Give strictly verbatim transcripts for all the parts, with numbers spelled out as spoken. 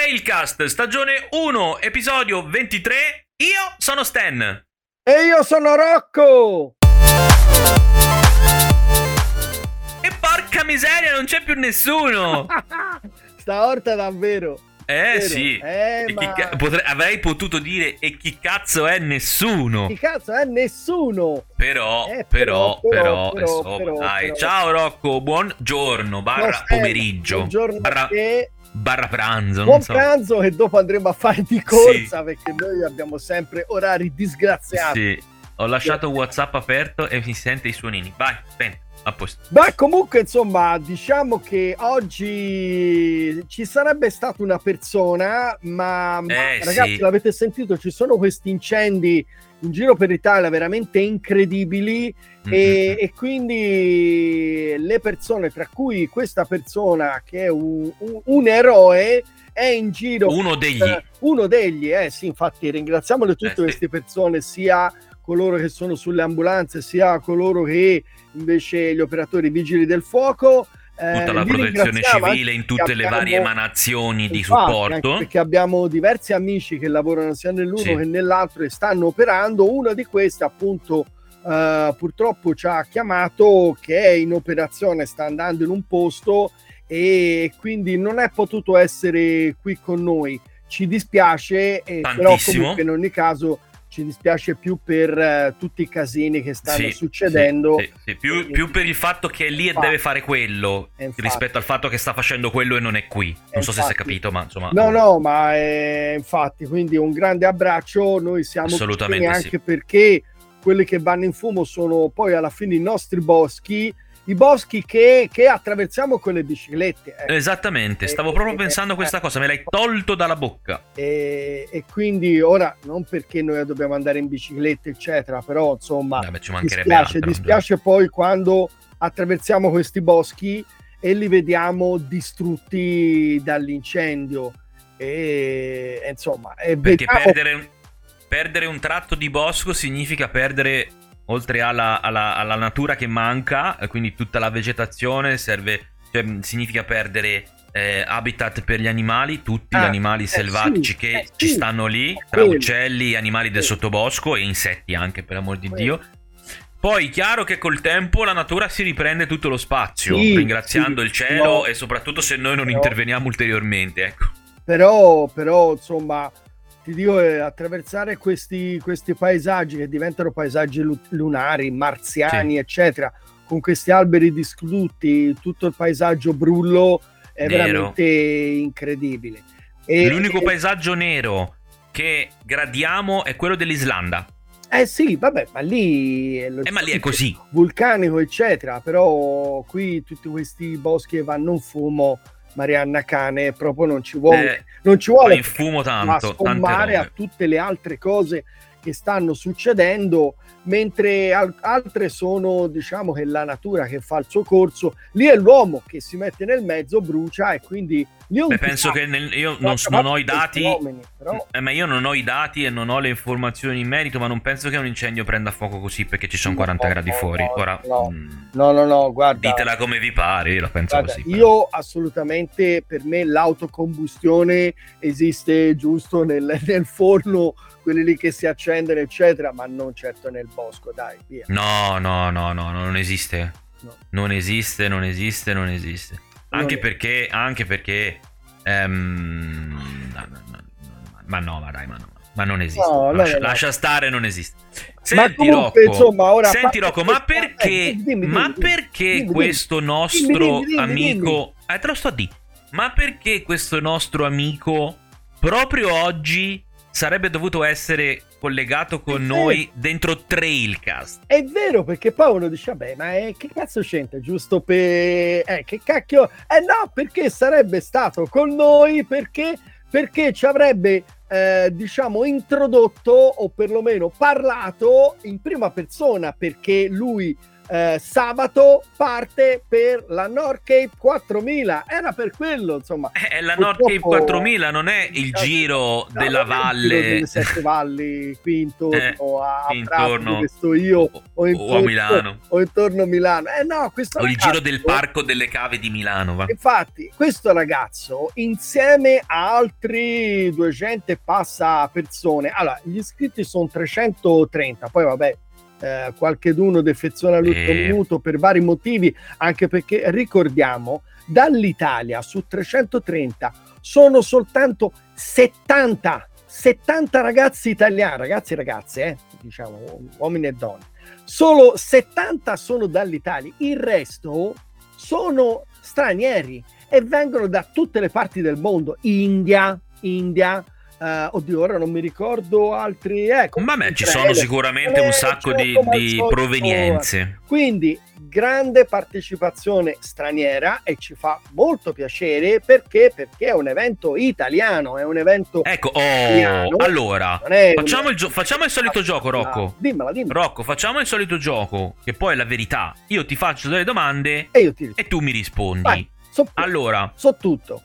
Trailcast, stagione uno, episodio ventitré. Io sono Stan. E io sono Rocco. E porca miseria, non c'è più nessuno. Stavolta davvero. Eh Vero. sì, Eh, e ma... chi ca- potrei- avrei potuto dire e chi cazzo è nessuno. Chi cazzo è nessuno? Però, Eh, però, però, però, però, insomma, però, dai. però. Ciao Rocco, buongiorno, barra No, Stan, pomeriggio, buongiorno barra, a te. barra pranzo, Buon non so. pranzo che dopo andremo a fare di corsa perché noi abbiamo sempre orari disgraziati. Sì, ho lasciato WhatsApp aperto e mi sente i suonini. Vai, bene, a posto. Ma comunque insomma diciamo che oggi ci sarebbe stata una persona ma, ma Eh, ragazzi sì. l'avete sentito, ci sono questi incendi in giro per l'Italia veramente incredibili e, Mm-mm. e quindi le persone, tra cui questa persona che è un, un, un eroe, è in giro. Uno degli. eh, uno degli, eh sì, infatti ringraziamole tutte Eh, sì. queste persone, sia coloro che sono sulle ambulanze, sia coloro che invece gli operatori vigili del fuoco. Eh, Tutta la li protezione ringraziamo civile anche in tutte perché le varie abbiamo- emanazioni di infatti, supporto. anche perché abbiamo diversi amici che lavorano sia nell'uno Sì. che nell'altro e stanno operando. Uno di questi appunto eh, purtroppo ci ha chiamato che è in operazione, sta andando in un posto e quindi non è potuto essere qui con noi. Ci dispiace, eh, però Tantissimo. comunque in ogni caso ci dispiace più per eh, tutti i casini che stanno Sì, succedendo. sì, sì, sì. Più, più per il fatto che è lì e Infatti. deve fare quello E infatti. rispetto al fatto che sta facendo quello e non è qui. Non so se si è infatti. capito, ma insomma. No, no, ma eh, infatti, quindi un grande abbraccio, noi siamo Assolutamente vicini sì. anche perché quelli che vanno in fumo sono poi alla fine i nostri boschi, i boschi che, che attraversiamo con le biciclette. ecco. Esattamente, stavo Eh, proprio eh, pensando a eh, questa cosa, me l'hai tolto dalla bocca. E, e quindi ora, non perché noi dobbiamo andare in bicicletta, eccetera, però insomma, Vabbè, ci mancherebbe dispiace, altro. dispiace poi quando attraversiamo questi boschi e li vediamo distrutti dall'incendio. E, e insomma, e Perché vediamo- perdere un, perdere un tratto di bosco significa perdere, oltre alla, alla, alla natura che manca, e quindi tutta la vegetazione serve, cioè, significa perdere eh, habitat per gli animali, tutti gli Ah, animali eh, selvatici sì, che eh, ci sì, stanno lì, è tra quello. uccelli, animali del Sì. sottobosco e insetti anche, per amor di Quello. Dio. Poi chiaro che col tempo la natura si riprende tutto lo spazio, Sì, ringraziando sì, il cielo no. e soprattutto se noi non Però- interveniamo ulteriormente, ecco. però, però insomma ti dico eh, attraversare questi, questi paesaggi che diventano paesaggi lu- lunari, marziani, Sì. eccetera, con questi alberi distrutti, tutto il paesaggio brullo è Nero. veramente incredibile. E, L'unico e- paesaggio nero che gradiamo è quello dell'Islanda. eh sì, vabbè, ma lì è lo Eh, ma lì è così. vulcanico, eccetera, però qui tutti questi boschi che vanno in fumo, Marianna Cane, proprio non ci vuole, Eh, non ci va vuole in fumo ma tanto, tante sommare a robe. tutte le altre cose che stanno succedendo, mentre al- altre sono, diciamo, che la natura che fa il suo corso, lì è l'uomo che si mette nel mezzo, brucia, e quindi lì è un Beh, penso disastro. che nel- io No, non, non ho i dei dati, fenomeni, però- eh, ma io non ho i dati e non ho le informazioni in merito, ma non penso che un incendio prenda fuoco così perché ci sono quaranta No, gradi no, fuori. no, Ora, no. mh, No, no, no, guarda, ditela come vi pare, io la penso guarda, così. però. io assolutamente, per me l'autocombustione esiste giusto nel, nel forno, quelli lì che si accendono, eccetera, ma non certo nel bosco, dai, via. No, no, no, no, non esiste. No. Non esiste, non esiste, non esiste. Anche Non- perché, anche perché, ehm, no, no, no, no, ma no, ma dai, ma no, ma non esiste. No, no, lascia, no, no. lascia stare, non esiste. Ma Senti, comunque, Rocco, insomma, ora senti, fa- Rocco, ma eh, perché, dimmi, dimmi, ma dimmi, perché dimmi, dimmi. questo nostro Dimmi, dimmi, dimmi, amico, eh, te lo sto a dire, ma perché questo nostro amico proprio oggi sarebbe dovuto essere collegato con Sì. noi dentro Trailcast? È vero, perché poi uno dice, vabbè, ma eh, che cazzo c'entra? Giusto per... Eh, che cacchio... Eh no, perché sarebbe stato con noi, perché, perché ci avrebbe, eh, diciamo, introdotto, o perlomeno parlato in prima persona, perché lui eh, sabato parte per la North Cape quattromila, era per quello, insomma. Eh, la North Cape quattromila non è il giro no, della valle, il giro delle sette valli qui intorno eh, a, a intorno dove sto io o, intorno, o a Milano o intorno a Milano. Eh no, questo o ragazzo, il giro del Parco delle Cave di Milano, va. Infatti questo ragazzo insieme a altri duecento e passa persone, allora gli iscritti sono trecentotrenta, poi vabbè Eh, qualcheduno defeziona all'ultimo eh. minuto per vari motivi, anche perché ricordiamo dall'Italia su trecentotrenta sono soltanto settanta settanta ragazzi italiani, ragazzi e ragazze, eh, diciamo uomini e donne, solo settanta sono dall'Italia, il resto sono stranieri e vengono da tutte le parti del mondo, India, India Uh, oddio, ora non mi ricordo altri. Ecco, ma beh, ci sono sicuramente un sacco di, di provenienze. Quindi grande partecipazione straniera e ci fa molto piacere perché perché è un evento italiano, è un evento. Ecco, oh, italiano. Allora facciamo, un... il gio- facciamo il solito ah, gioco, Rocco. Dimmela, dimmela. Rocco, facciamo il solito gioco, che poi è la verità. Io ti faccio delle domande e, io ti e tu mi rispondi. Vai, so allora, so tutto.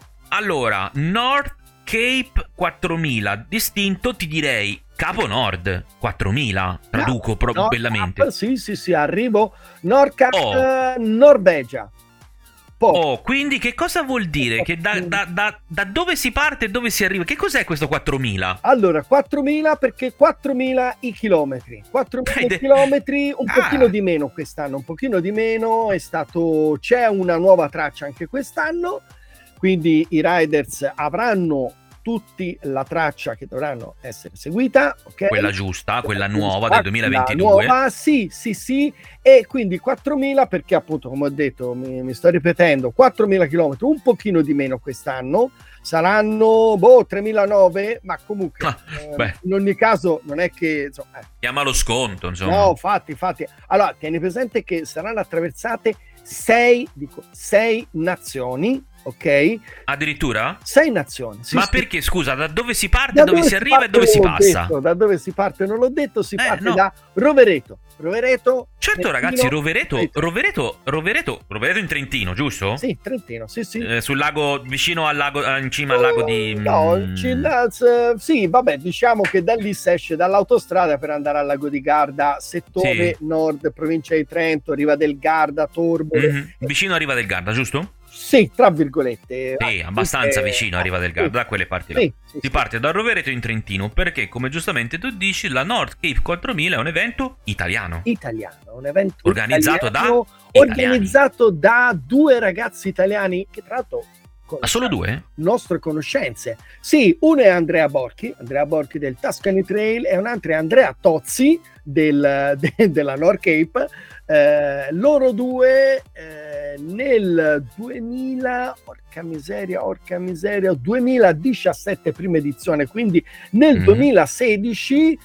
Allora, North Cape quattromila, distinto ti direi Capo Nord quattromila, traduco no, proprio no, bellamente. Cap, sì, sì, sì, arrivo. Nord Cap, oh. uh, Norvegia. Poi. Oh, quindi che cosa vuol dire? Che da, da, da, da dove si parte e dove si arriva? Che cos'è questo quattromila? Allora, quattromila perché quattromila i chilometri. quattromila de... chilometri, un ah. pochino di meno quest'anno, un pochino di meno, è stato... C'è una nuova traccia anche quest'anno. Quindi i riders avranno tutti la traccia che dovranno essere seguita, ok? Quella giusta, quella nuova del duemilaventidue. Nuova, sì, sì, sì. E quindi quattromila perché appunto, come ho detto, mi, mi sto ripetendo, quattromila chilometri, un pochino di meno quest'anno. Saranno, boh, tremilanove, ma comunque ah, eh, in ogni caso non è che... Insomma, eh. Chiama lo sconto, insomma. No, fatti, fatti. Allora, tieni presente che saranno attraversate sei, dico, sei nazioni, ok? Addirittura? Sei nazioni. Sì, ma sì. Perché, scusa, da dove si parte, da dove, dove si arriva e dove si passa? Detto, da dove si parte non l'ho detto, si eh, parte no. da Rovereto. Rovereto. Certo, ragazzi, Rovereto, Rovereto, Rovereto, Rovereto in Trentino, giusto? Sì, Trentino, sì, sì. Eh, sul lago, vicino al lago, in cima al lago di... No, mm... sì, vabbè, diciamo che da lì si esce dall'autostrada per andare al lago di Garda, settore sì. nord, provincia di Trento, Riva del Garda, Torbole. Mm-hmm. Vicino a Riva del Garda, giusto? Sì, tra virgolette. Sì, abbastanza perché... vicino a Riva del Garda, sì, da quelle parti là. Sì, sì, si sì. parte da Rovereto in Trentino perché, come giustamente tu dici, la North Cape quattromila è un evento italiano. Italiano, un evento organizzato italiano, da organizzato da due ragazzi italiani che tra l'altro ma solo due? Nostre conoscenze. Sì, uno è Andrea Borchi, Andrea Borchi del Tuscany Trail e un altro è Andrea Tozzi del, de, della North Cape. Eh, loro due eh, nel duemila, orca miseria, orca miseria, duemiladiciassette prima edizione, quindi nel mm. duemilasedici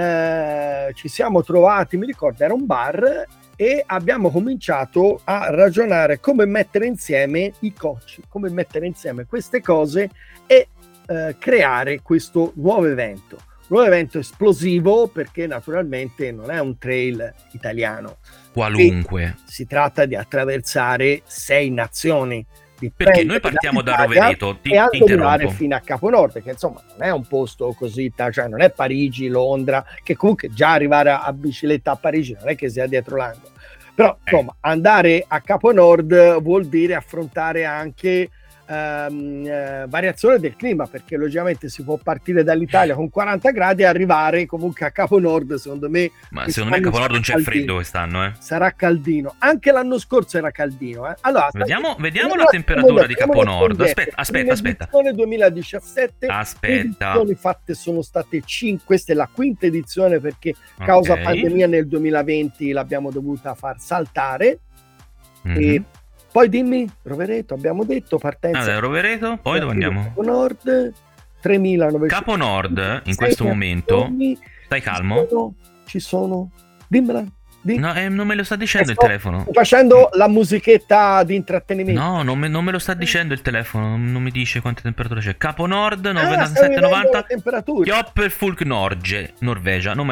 eh, ci siamo trovati, mi ricordo era un bar e abbiamo cominciato a ragionare come mettere insieme i coach, come mettere insieme queste cose e eh, creare questo nuovo evento. Nuovo evento esplosivo perché naturalmente non è un trail italiano. Qualunque. Si tratta di attraversare sei nazioni. Perché noi partiamo da Rovereto, ti, e ti arrivare fino a Capo Nord, che insomma non è un posto così, cioè non è Parigi, Londra, che comunque già arrivare a, a bicicletta a Parigi non è che sia dietro l'angolo. Però insomma eh. andare a Capo Nord vuol dire affrontare anche Um, uh, variazione del clima, perché logicamente si può partire dall'Italia con quaranta gradi e arrivare comunque a Capo Nord, secondo me. Ma secondo me a Capo Nord non c'è caldino. Freddo quest'anno, eh. Sarà caldino. Anche l'anno scorso era caldino, eh. Allora, vediamo, stai... vediamo la temperatura di Capo Nord. Aspetta, aspetta, aspetta. Edizione duemiladiciassette. Aspetta. Le edizioni fatte sono state cinque, questa è la quinta edizione perché okay. causa pandemia nel duemilaventi l'abbiamo dovuta far saltare. Mm-hmm. E poi dimmi, Rovereto, abbiamo detto, partenza. Allora, Rovereto, poi dove andiamo? Capo Nord, tremilanovecento. Capo Nord, in questo momento, stai calmo? Ci sono, ci sono. dimmela. Dimmi. No, eh, non me lo sta dicendo eh, il telefono. Sto facendo la musichetta di intrattenimento. No, non me, non me lo sta dicendo il telefono, non mi dice quanta temperatura c'è. Capo Nord, novantasette novanta. Temperatura. Joppelfulk Norge, Norvegia, non me la dà.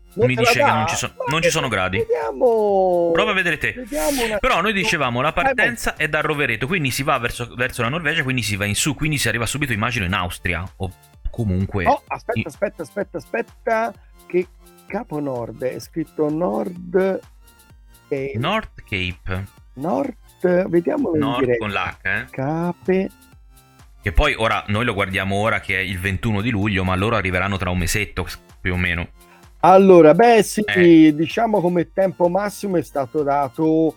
Non mi te la dice che dà? non ci, so- Ma non ci sono gradi. Vediamo. Prova a vedere te. Vediamo una- Però noi dicevamo la Vai, vai. partenza è da Rovereto, quindi si va verso, verso la Norvegia, quindi si va in su, quindi si arriva subito immagino in Austria o comunque... Oh, aspetta, in- aspetta, aspetta, aspetta, che Capo Nord è scritto Nord e North Cape, Nord, vediamolo in Nord diretta. con l'H, eh? Cape. Che poi ora noi lo guardiamo ora che è il ventuno di luglio, ma loro arriveranno tra un mesetto più o meno. Allora, beh sì, Eh. diciamo come tempo massimo è stato dato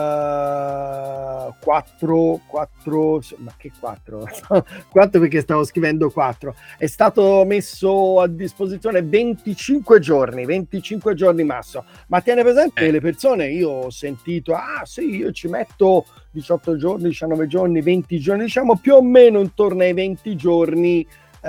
quattro, quattro, ma che quattro? quattro perché stavo scrivendo quattro. È stato messo a disposizione venticinque giorni, venticinque giorni massimo. Ma tiene presente Eh. le persone, io ho sentito, ah sì, io ci metto diciotto giorni, diciannove giorni, venti giorni, diciamo più o meno intorno ai venti giorni,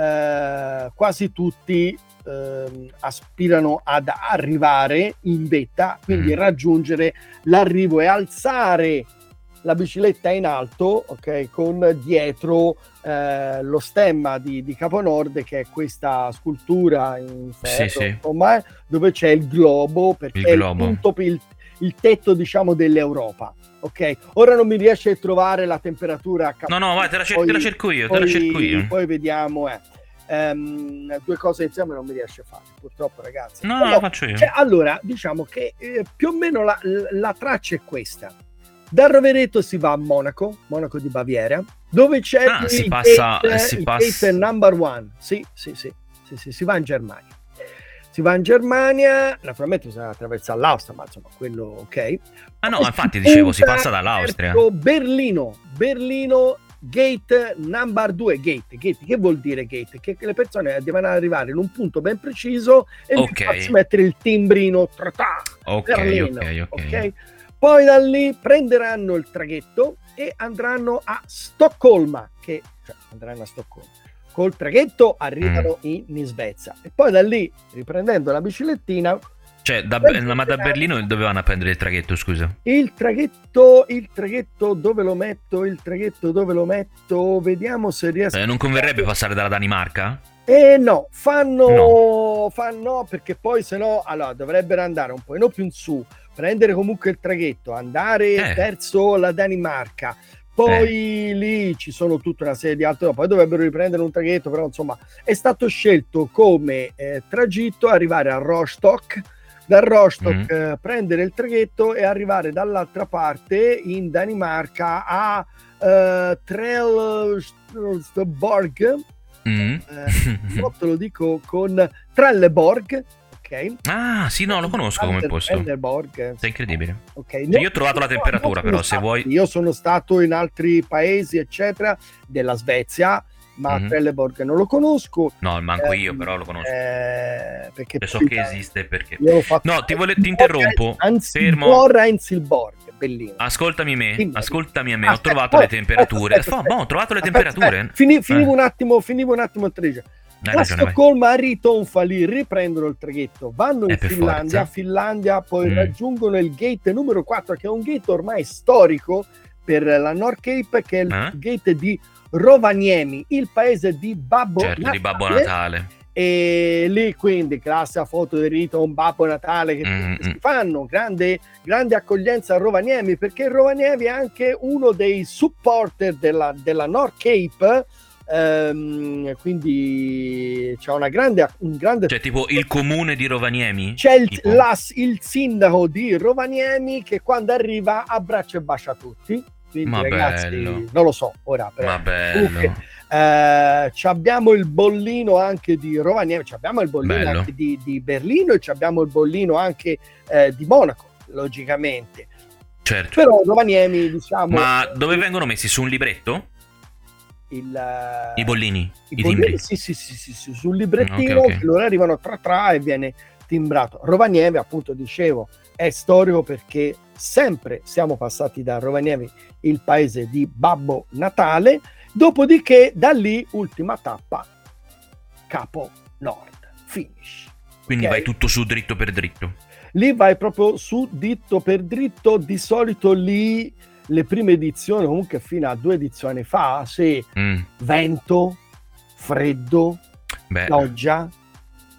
eh, quasi tutti eh, aspirano ad arrivare in vetta, quindi Mm. raggiungere l'arrivo e alzare la bicicletta in alto, ok, con dietro eh, lo stemma di, di Capo Nord, che è questa scultura in ferro, Sì, sì. insomma, dove c'è il globo, perché Il è il, globo. punto, il, il tetto, diciamo, dell'Europa. Ok, ora non mi riesce a trovare la temperatura a Capo No, no, Nord, vai, te la, cer- poi- te la cerco io, te la poi- cerco io. Poi vediamo, eh. Ehm, due cose insieme non mi riesce a fare, purtroppo, ragazzi. No, Però, no, la faccio io. cioè, allora, diciamo che eh, più o meno la, la traccia è questa. Da Rovereto si va a Monaco, Monaco di Baviera, dove c'è Ah, il, si passa- gate, si il passa- gate number one. Sì, sì, sì, sì, sì, si va in Germania. Si va in Germania, naturalmente bisogna attraversare l'Austria, ma insomma, quello ok. Ah no, Poi infatti si dicevo, si punta passa dall'Austria. verso Berlino, Berlino, gate number due, gate, gate, che vuol dire gate? Che le persone devono arrivare in un punto ben preciso e Ok. lì farsi mettere il timbrino, tra-ta, Ok, Berlino, ok, ok. ok? Poi da lì prenderanno il traghetto e andranno a Stoccolma, che cioè andranno a Stoccolma. Col traghetto arrivano Mm. in, in Svezia e poi da lì, riprendendo la biciclettina, Cioè, da, Beh, ma da Berlino dovevano prendere il traghetto, scusa? il traghetto, il traghetto dove lo metto? Il traghetto dove lo metto? Vediamo se riesco. Eh, non converrebbe passare dalla Danimarca? Eh no, fanno, No. fanno perché poi se no, allora dovrebbero andare un po' più in su, prendere comunque il traghetto, andare Eh. verso la Danimarca, poi lì ci sono tutta una serie di altre, poi dovrebbero riprendere un traghetto, però insomma è stato scelto come eh, tragitto arrivare a Rostock, da Rostock Mm. eh, prendere il traghetto e arrivare dall'altra parte in Danimarca a eh, Trelleborg. Mm. Eh, no, te lo dico con Trelleborg, ok? Ah, sì, no, lo conosco come posto. Trelleborg, È incredibile. ok. Cioè, io ho trovato la no, temperatura, non sono però, se stato- vuoi- Io sono stato in altri paesi, eccetera, della Svezia, ma Mhm. Trelleborg non lo conosco. No, manco Eh, io, però lo conosco. eh, perché E so poi, che esiste perché... io l'ho fatto- No, ti vole- ti interrompo. Anzi, Fermo. Borra Ensilborg, bellino. Ascoltami me, Dimmi. ascoltami a me, Aspetta, ho trovato oh, le temperature. aspetta, Fa- aspetta, boh, ho trovato le aspetta, temperature. aspetta. Fini- finivo Eh. un attimo, finivo un attimo il traghetto. Hai A ragione, vai. Stoccolma, a Ritonfa, lì riprendono il traghetto, vanno in Eh, per Finlandia, forza. Finlandia, poi Mm. raggiungono il gate numero quattro, che è un gate ormai storico per la North Cape, che è il Eh? gate di Rovaniemi, il paese di Babbo Certo, Natale. di Babbo Natale. E lì quindi classica foto di Rito, un Babbo Natale che Mm, tutti mm. si fanno, grande, grande accoglienza a Rovaniemi, perché Rovaniemi è anche uno dei supporter della, della North Cape, ehm, quindi c'è una grande, un grande Cioè, tipo il comune di Rovaniemi? c'è il, Tipo? la- il sindaco di Rovaniemi che quando arriva abbraccia e bacia tutti. Quindi Ma ragazzi, bello. non lo so ora, però. Ma bello. Comunque, eh, ci abbiamo il bollino anche di Rovaniemi, ci abbiamo il bollino Bello. anche di, di Berlino e ci abbiamo il bollino anche eh, di Monaco, logicamente. Certo. Però Rovaniemi, diciamo, Ma dove vengono messi? Su un libretto? il, eh, I bollini? i I bollini, timbri? sì, sì, sì, sì, sì, sul librettino, Ok, ok. che loro arrivano tra tra e viene timbrato. Rovaniemi, appunto, dicevo, è storico perché sempre siamo passati da Rovaniemi, il paese di Babbo Natale, dopodiché da lì, ultima tappa, Capo Nord, finish. Quindi Ok? vai tutto su dritto per dritto. Lì vai proprio su dritto per dritto, di solito lì le prime edizioni, comunque fino a due edizioni fa, sì, Mm. vento, freddo, Beh, pioggia,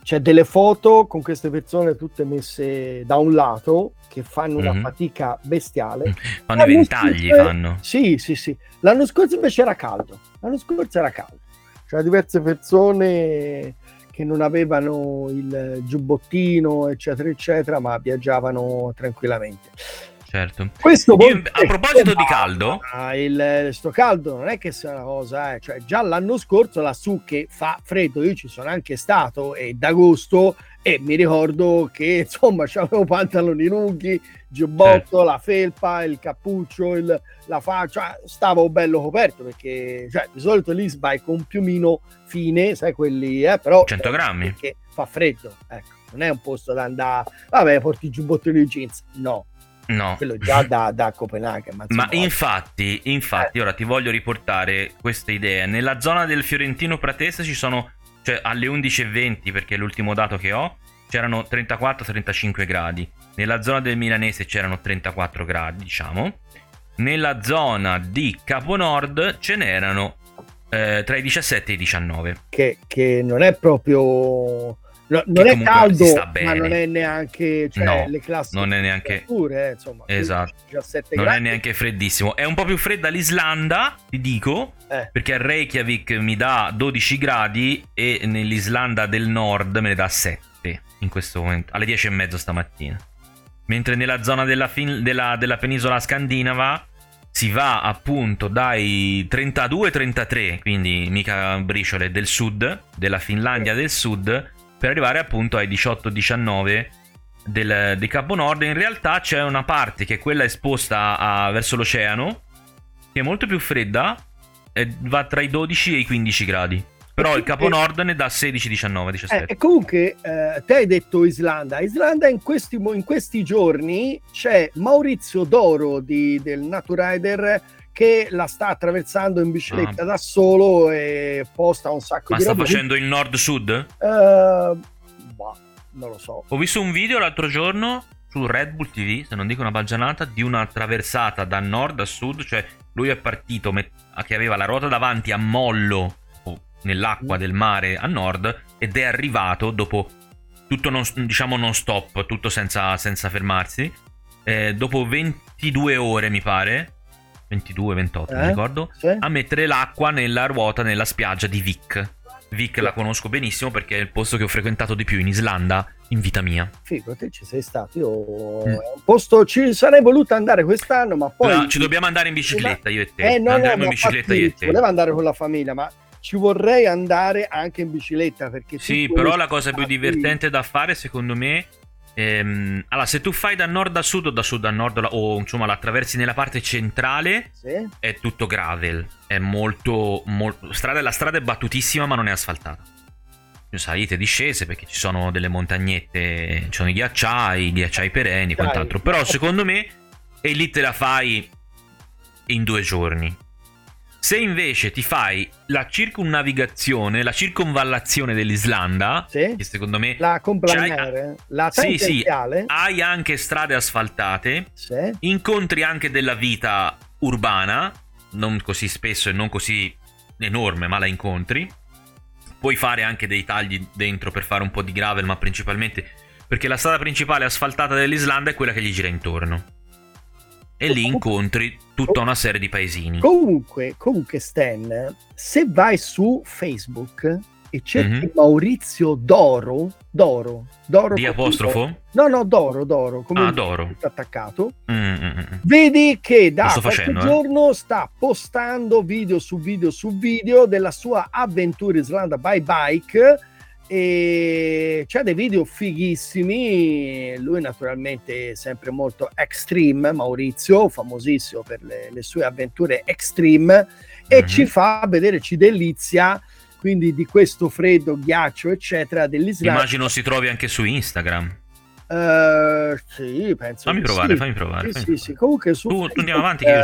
c'è delle foto con queste persone tutte messe da un lato che fanno una mm-hmm. fatica bestiale. Fanno i ventagli, scorso, fanno. Sì, sì, sì. L'anno scorso invece era caldo. L'anno scorso era caldo. C'erano diverse persone che non avevano il giubbottino, eccetera, eccetera, ma viaggiavano tranquillamente. Certo. Questo Io, a proposito di caldo, il sto caldo non è che sia una cosa, eh. Cioè già l'anno scorso lassù che fa freddo, io ci sono anche stato ed agosto e mi ricordo che insomma c'avevo pantaloni lunghi, giubbotto, certo. la felpa, il cappuccio, il, la faccia, stavo bello coperto perché cioè, di solito lì vai con un piumino fine, sai quelli, eh, però cento grammi perché fa freddo, ecco, non è un posto da andare, vabbè, porti il giubbottino di jeans, no. No, quello già da, da Copenaghen. Ma, ma infatti, infatti, eh. ora ti voglio riportare queste idee. Nella zona del Fiorentino Pratese ci sono, cioè alle undici e venti, perché è l'ultimo dato che ho, c'erano trentaquattro trentacinque gradi. Nella zona del Milanese c'erano trentaquattro gradi, diciamo. Nella zona di Caponord ce n'erano eh, tra i diciassette e i diciannove. Che, che non è proprio... No, non è caldo, ma non è neanche, cioè, no, le classiche non è neanche eh, insomma, esatto. diciassette non gradi. è neanche freddissimo. È un po' più fredda l'Islanda, ti dico, eh. perché a Reykjavik mi dà dodici gradi e nell'Islanda del Nord me ne dà sette in questo momento, alle dieci e mezzo stamattina. Mentre nella zona della, fin- della, della penisola scandinava si va appunto dai trentadue trentatré, quindi mica briciole, del sud, della Finlandia eh. del sud, per arrivare appunto ai diciotto diciannove del, di Capo Nord. In realtà c'è una parte che è quella esposta a, verso l'oceano, che è molto più fredda e va tra i dodici e i quindici gradi. Però il Capo Nord ne dà sedici diciannove diciassette. Eh, e comunque eh, te hai detto Islanda. Islanda in questi, in questi giorni c'è Maurizio Doro di, del Naturider che la sta attraversando in bicicletta ah. da solo e posta un sacco Ma di sta roba. facendo il nord-sud? Uh, boh, non lo so. Ho visto un video l'altro giorno su Red Bull T V, se non dico una baggianata, di una traversata da nord a sud. Cioè lui è partito met- che aveva la ruota davanti a mollo oh, nell'acqua mm. del mare a nord ed è arrivato dopo tutto non, diciamo non stop, tutto senza, senza fermarsi, eh, dopo ventidue ore mi pare, ventidue ventotto eh? non ricordo, sì. a mettere l'acqua nella ruota nella spiaggia di Vik. Vik sì. la conosco benissimo perché è il posto che ho frequentato di più in Islanda in vita mia. Figo, te ci sei stato. Io mm. è un posto, ci sarei voluto andare quest'anno, ma poi no, ci dobbiamo andare in bicicletta io e te. Eh, no, andremo no, in bicicletta io e te. Volevo andare con la famiglia, ma ci vorrei andare anche in bicicletta perché sì, però la cosa più divertente da fare secondo me Ehm, allora, se tu fai da nord a sud o da sud a nord o insomma la attraversi nella parte centrale, sì. è tutto gravel, è molto, molto strada, la strada è battutissima ma non è asfaltata. Salite, discese perché ci sono delle montagnette, ci sono i ghiacciai, i ghiacciai perenni e quant'altro. Però secondo me e lì te la fai in due giorni. Se invece ti fai la circumnavigazione, la circonvallazione dell'Islanda, sì. che secondo me la complanare, la tangenziale, sì, sì, hai anche strade asfaltate, sì. incontri anche della vita urbana, non così spesso e non così enorme, ma la incontri. Puoi fare anche dei tagli dentro per fare un po' di gravel, ma principalmente perché la strada principale asfaltata dell'Islanda è quella che gli gira intorno. E lì incontri tutta una serie di paesini. Comunque, comunque Stan, se vai su Facebook e cerchi mm-hmm. Maurizio Doro, Doro, Doro di apostrofo? No, no, Doro, Doro, come ah, Doro. attaccato. Mm-hmm. Vedi che da qualche facendo, giorno eh? sta postando video su video su video della sua avventura Islanda by bike. E c'è dei video fighissimi. Lui naturalmente sempre molto extreme, Maurizio, famosissimo per le, le sue avventure extreme, e mm-hmm. ci fa vedere, ci delizia quindi di questo freddo, ghiaccio eccetera dell'Islanda. Immagino si trovi anche su Instagram. Uh, sì, penso fammi che provare sì. fammi provare sì, fammi sì, provare. sì. Comunque su tu, tu andiamo avanti che io cerco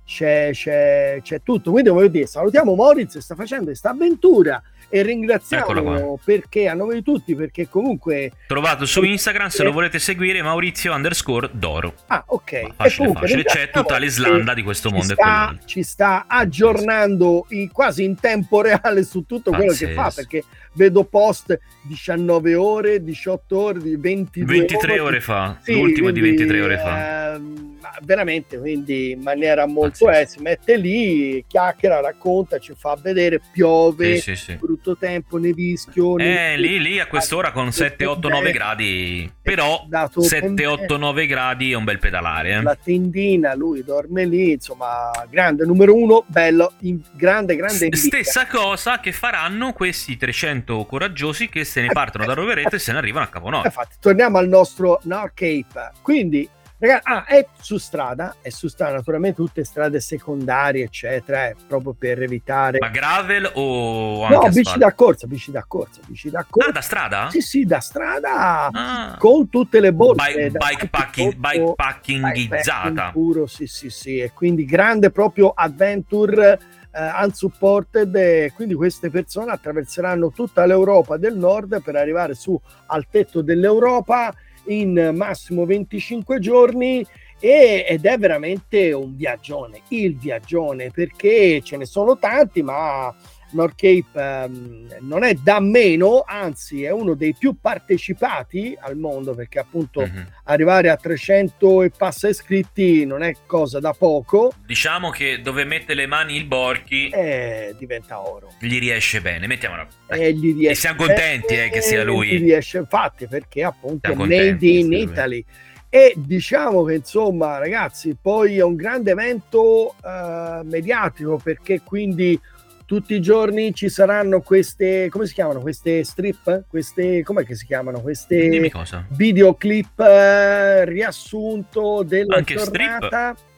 c'è, c'è, c'è tutto. Quindi voglio dire, salutiamo Maurizio che sta facendo questa avventura e ringraziamo perché a nome di tutti, perché comunque trovato su Instagram, se lo volete seguire, Maurizio underscore Doro. Ah, ok. Ma facile, facile. C'è tutta l'Islanda di questo mondo. Ci sta, ci sta aggiornando in, quasi in tempo reale su tutto quello Pazzesco. che fa, perché vedo post diciannove ore, diciotto ore, ventidue ventitré ore, ore fa, sì, l'ultimo quindi, di ventitré ore fa. Ehm, veramente, quindi in maniera molto eh, si mette lì, chiacchiera, racconta, ci fa vedere, piove, sì, sì, sì. brutto tempo, nevischio, eh, lì, lì a quest'ora con sette, otto, nove gradi, però sette, otto, nove gradi è un bel pedalare, eh. La tendina, lui dorme lì, insomma, grande, numero uno, bello, in, grande, grande invidia. Stessa cosa che faranno questi trecento coraggiosi che se ne partono da Rovereto e se ne arrivano a Caponoro. Infatti, torniamo al nostro North Cape, quindi ragazzi, ah, è su strada, è su strada, naturalmente tutte strade secondarie, eccetera, è proprio per evitare. Ma gravel o anche no, bici asfalto? da corsa, bici da corsa, bici da corsa. Ah, da strada? Sì, sì, da strada, ah. con tutte le borse. Bike, bike packing, bike packinghizzata. Puro, sì, sì, sì, e quindi grande proprio adventure uh, unsupported, e quindi queste persone attraverseranno tutta l'Europa del Nord per arrivare su al tetto dell'Europa in massimo venticinque giorni, e, ed è veramente un viaggione, il viaggione, perché ce ne sono tanti, ma North Cape um, non è da meno, anzi è uno dei più partecipati al mondo, perché appunto mm-hmm. arrivare a trecento e passa iscritti non è cosa da poco. Diciamo che dove mette le mani il Borchi eh, diventa oro, gli riesce bene, mettiamola eh, gli riesce e siamo contenti eh, che sia lui, gli riesce, infatti, perché appunto è made contenti, in Italy. E diciamo che insomma, ragazzi, poi è un grande evento uh, mediatico, perché quindi tutti i giorni ci saranno queste, come si chiamano queste strip? Queste, com'è che si chiamano? Queste Dimmi cosa. Videoclip eh, riassunto della anche giornata. Strip?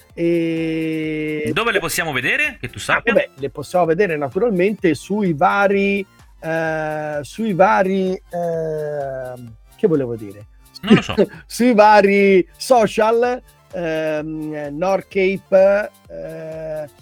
E dove le possiamo vedere? Che tu sappia? Ah, vabbè, le possiamo vedere naturalmente sui vari, eh, sui vari, eh, che volevo dire? Non lo so. Sui vari social, ehm, North Cape. Eh,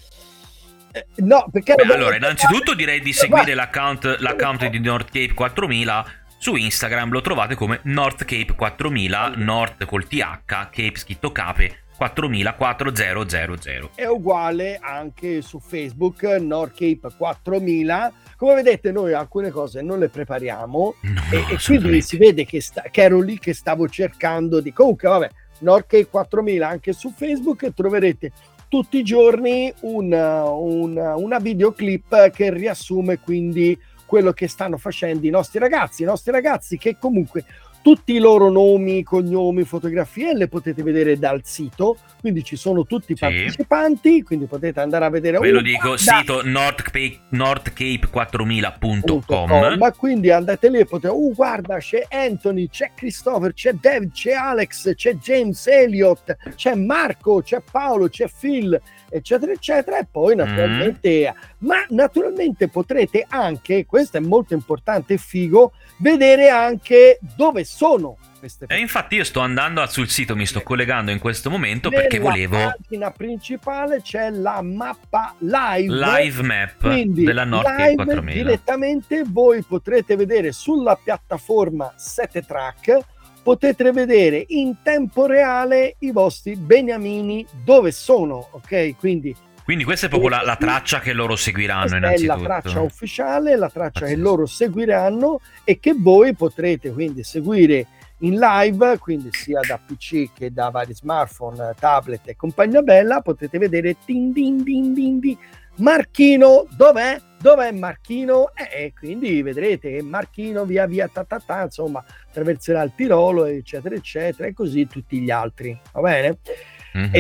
no, perché Beh, allora, innanzitutto direi di seguire l'account, l'account di North Cape quattromila su Instagram, lo trovate come North Cape quattromila, North col T H, Cape scritto Cape quattromila quattromila. È uguale anche su Facebook, North Cape quattromila. Come vedete, noi alcune cose non le prepariamo, no, e, no, e quindi si vede che, sta, che ero lì che stavo cercando di... Comunque, vabbè, North Cape quattromila anche su Facebook, e troverete tutti i giorni una, una, una videoclip che riassume quindi quello che stanno facendo i nostri ragazzi, i nostri ragazzi che comunque tutti i loro nomi, cognomi, fotografie le potete vedere dal sito, quindi ci sono tutti i sì. partecipanti, quindi potete andare a vedere. Ve lo dico, da... sito north cape quattromila punto com, ma quindi andate lì e potete, uh guarda, c'è Anthony, c'è Christopher, c'è David, c'è Alex, c'è James Elliott, c'è Marco, c'è Paolo, c'è Phil, eccetera eccetera, e poi naturalmente mm. ma naturalmente potrete anche, questo è molto importante e figo, vedere anche dove sono queste persone. E infatti io sto andando sul sito, mi sto collegando in questo momento nella perché volevo, nella pagina principale c'è la mappa live live map quindi della North Cape quattromila. Direttamente voi potrete vedere sulla piattaforma sette track, potete vedere in tempo reale i vostri beniamini dove sono, ok? Quindi Quindi questa è proprio la, la traccia che loro seguiranno. Questa innanzitutto. È la traccia ufficiale, la traccia Pazzesco. Che loro seguiranno e che voi potrete quindi seguire in live, quindi sia da P C che da vari smartphone, tablet e compagnia bella. Potete vedere din din din din din. Marchino, dov'è? Dov'è Marchino? E eh, quindi vedrete che Marchino via via ta ta ta, insomma, attraverserà il Tirolo, eccetera eccetera, e così tutti gli altri, va bene? Mm-hmm.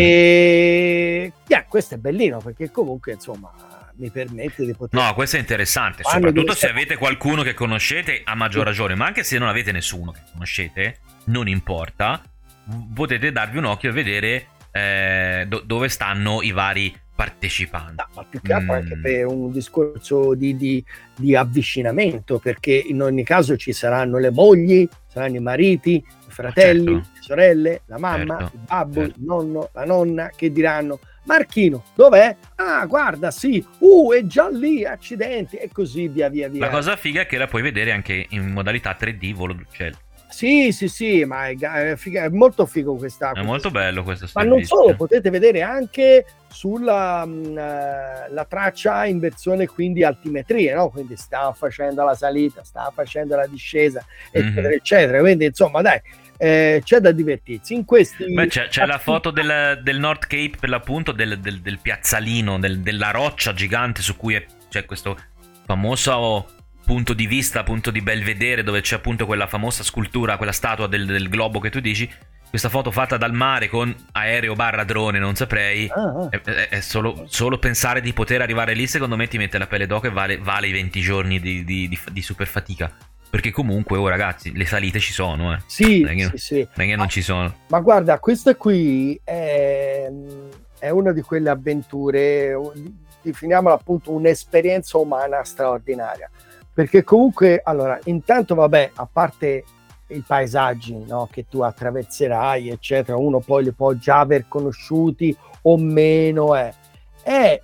E yeah, questo è bellino perché comunque insomma mi permette di poter... No, questo è interessante, Quando soprattutto se stare... avete qualcuno che conoscete a maggior ragione, ma anche se non avete nessuno che conoscete, non importa, potete darvi un occhio e vedere eh, do- dove stanno i vari partecipanti. No, ma più che altro mm. anche per un discorso di, di, di avvicinamento, perché in ogni caso ci saranno le mogli, saranno i mariti, i fratelli, certo. le sorelle, la mamma, certo. il babbo, certo. il nonno, la nonna, che diranno Marchino, dov'è? Ah, guarda, sì, uh, è già lì, accidenti, e così via via via. La cosa figa è che la puoi vedere anche in modalità tre D volo d'uccello. Sì, sì, sì, ma è, è, figa, è molto figo questa. È molto bello questo Ma servizio. non solo, potete vedere anche sulla mh, la traccia in versione quindi altimetrie, no? Quindi sta facendo la salita, sta facendo la discesa, eccetera, mm-hmm. eccetera. Quindi insomma, dai, eh, c'è da divertirsi. In questi Beh, c'è, c'è la foto del, del North Cape, per l'appunto, del, del, del piazzalino, del, della roccia gigante su cui è, c'è questo famoso punto di vista, punto di belvedere, dove c'è appunto quella famosa scultura, quella statua del, del globo che tu dici. Questa foto fatta dal mare con aereo barra drone, non saprei. Ah, ah. È, è, è solo, solo pensare di poter arrivare lì, secondo me ti mette la pelle d'oca e vale, vale i venti giorni di, di, di, di super fatica. Perché comunque, oh ragazzi, le salite ci sono, eh. Sì, non è che, sì, sì. Non è che non ci sono. Ma guarda, questa qui è, è una di quelle avventure, definiamola appunto un'esperienza umana straordinaria. Perché comunque, allora, intanto vabbè, a parte i paesaggi, no, che tu attraverserai, eccetera, uno poi li può già aver conosciuti o meno, è, è,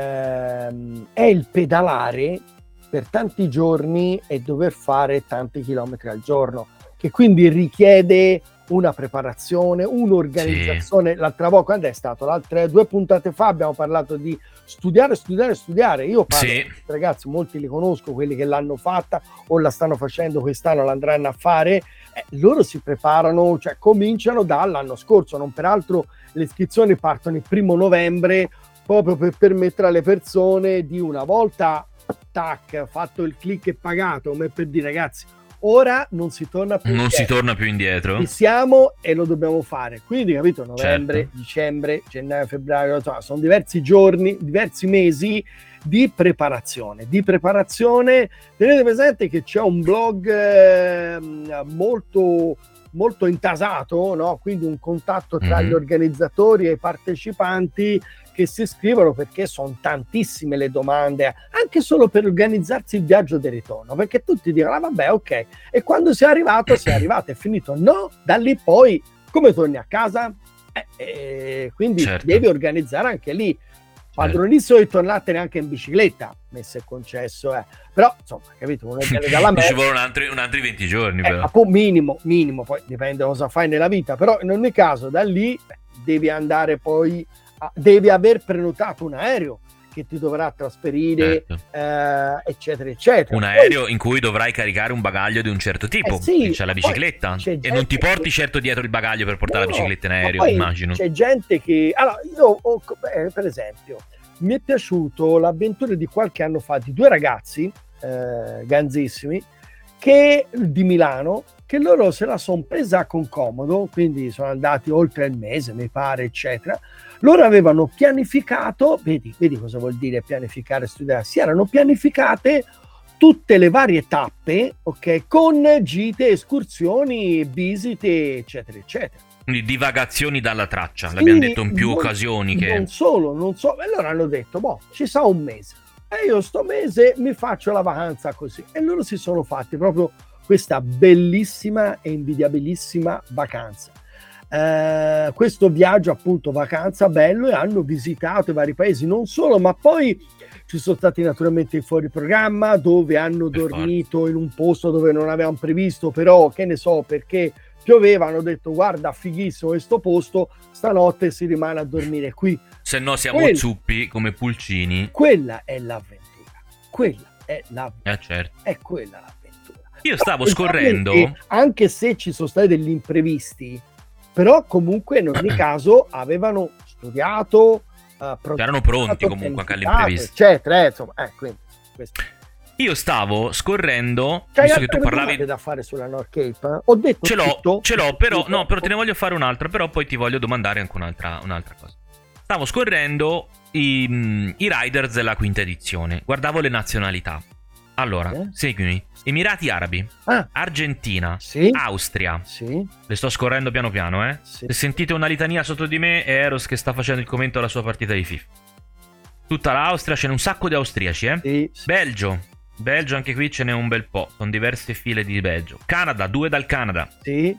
ehm, è il pedalare per tanti giorni e dover fare tanti chilometri al giorno, che quindi richiede una preparazione, un'organizzazione. Sì. L'altra volta, quando è stato? L'altra due puntate fa abbiamo parlato di studiare, studiare, studiare. Io parlo, sì. Ragazzi, molti li conosco, quelli che l'hanno fatta o la stanno facendo quest'anno, l'andranno a fare. Eh, loro si preparano, cioè cominciano dall'anno scorso, non peraltro le iscrizioni partono il primo novembre, proprio per permettere alle persone di una volta, tac, fatto il click e pagato, come per dire ragazzi, ora non si torna più non indietro. si torna più indietro. Ci siamo e lo dobbiamo fare. Quindi, capito, novembre, certo. dicembre, gennaio, febbraio, insomma, sono diversi giorni, diversi mesi di preparazione. Di preparazione, tenete presente che c'è un blog eh, molto molto intasato, no? Quindi un contatto tra mm-hmm. gli organizzatori e i partecipanti che si iscrivono, perché sono tantissime le domande, anche solo per organizzarsi il viaggio di ritorno, perché tutti dicono ah vabbè ok, e quando sei arrivato sei arrivato, è finito. No, da lì poi come torni a casa? Eh, eh, quindi certo. devi organizzare anche lì. Padronissimo di tornartene anche in bicicletta, messo e concesso, eh. Però insomma, capito, uno viene dalla me. Ci vogliono un altri, un altri venti giorni, eh, però. Minimo, minimo, poi dipende cosa fai nella vita, però in ogni caso da lì beh, devi andare poi, a, devi aver prenotato un aereo che ti dovrà trasferire, certo. eh, eccetera, eccetera. Un aereo poi, in cui dovrai caricare un bagaglio di un certo tipo, eh sì, c'è la bicicletta, c'è e non ti porti che... certo dietro il bagaglio per portare no, la bicicletta in aereo, immagino. C'è gente che, allora io ho, beh, per esempio, mi è piaciuto l'avventura di qualche anno fa di due ragazzi eh, ganzissimi che di Milano, che loro se la sono presa con comodo, quindi sono andati oltre il mese, mi pare, eccetera. Loro avevano pianificato, vedi, vedi cosa vuol dire pianificare, studiare, si erano pianificate tutte le varie tappe, ok, con gite, escursioni, visite, eccetera, eccetera. Quindi divagazioni dalla traccia, sì, l'abbiamo detto in più non, occasioni. Che... Non solo, non so, e loro hanno detto, boh, ci sa un mese, e io sto mese mi faccio la vacanza così. E loro si sono fatti proprio questa bellissima e invidiabilissima vacanza. Eh, questo viaggio appunto vacanza bello, e hanno visitato i vari paesi, non solo, ma poi ci sono stati naturalmente i fuori programma dove hanno per dormito fare. In un posto dove non avevano previsto, però che ne so, perché pioveva, hanno detto guarda fighissimo questo posto, stanotte si rimane a dormire qui, se no siamo quella, zuppi come pulcini. Quella è l'avventura, quella è l'avventura, eh, certo. è quella l'avventura. Io stavo no, scorrendo, anche se ci sono stati degli imprevisti, però comunque in ogni caso avevano studiato, uh, erano pronti comunque anche all'imprevisto, eccetera, eh, insomma, eh, quindi, questo. Io stavo scorrendo, cioè, visto che tu parlavi da fare sulla North Cape, eh? Ho detto ce l'ho, tutto, ce l'ho, però no, però te ne voglio fare un'altra, però poi ti voglio domandare anche un'altra, un'altra cosa. Stavo scorrendo i, i riders della quinta edizione, guardavo le nazionalità. Allora, eh? seguimi: Emirati Arabi, ah. Argentina, sì? Austria. Sì. Le sto scorrendo piano piano, eh. Sì. Se sentite una litania sotto di me è Eros che sta facendo il commento alla sua partita di FIFA. Tutta l'Austria, ce n'è un sacco di austriaci, eh. Sì, sì. Belgio. Belgio, anche qui ce n'è un bel po', sono diverse file di Belgio. Canada, due dal Canada. Sì.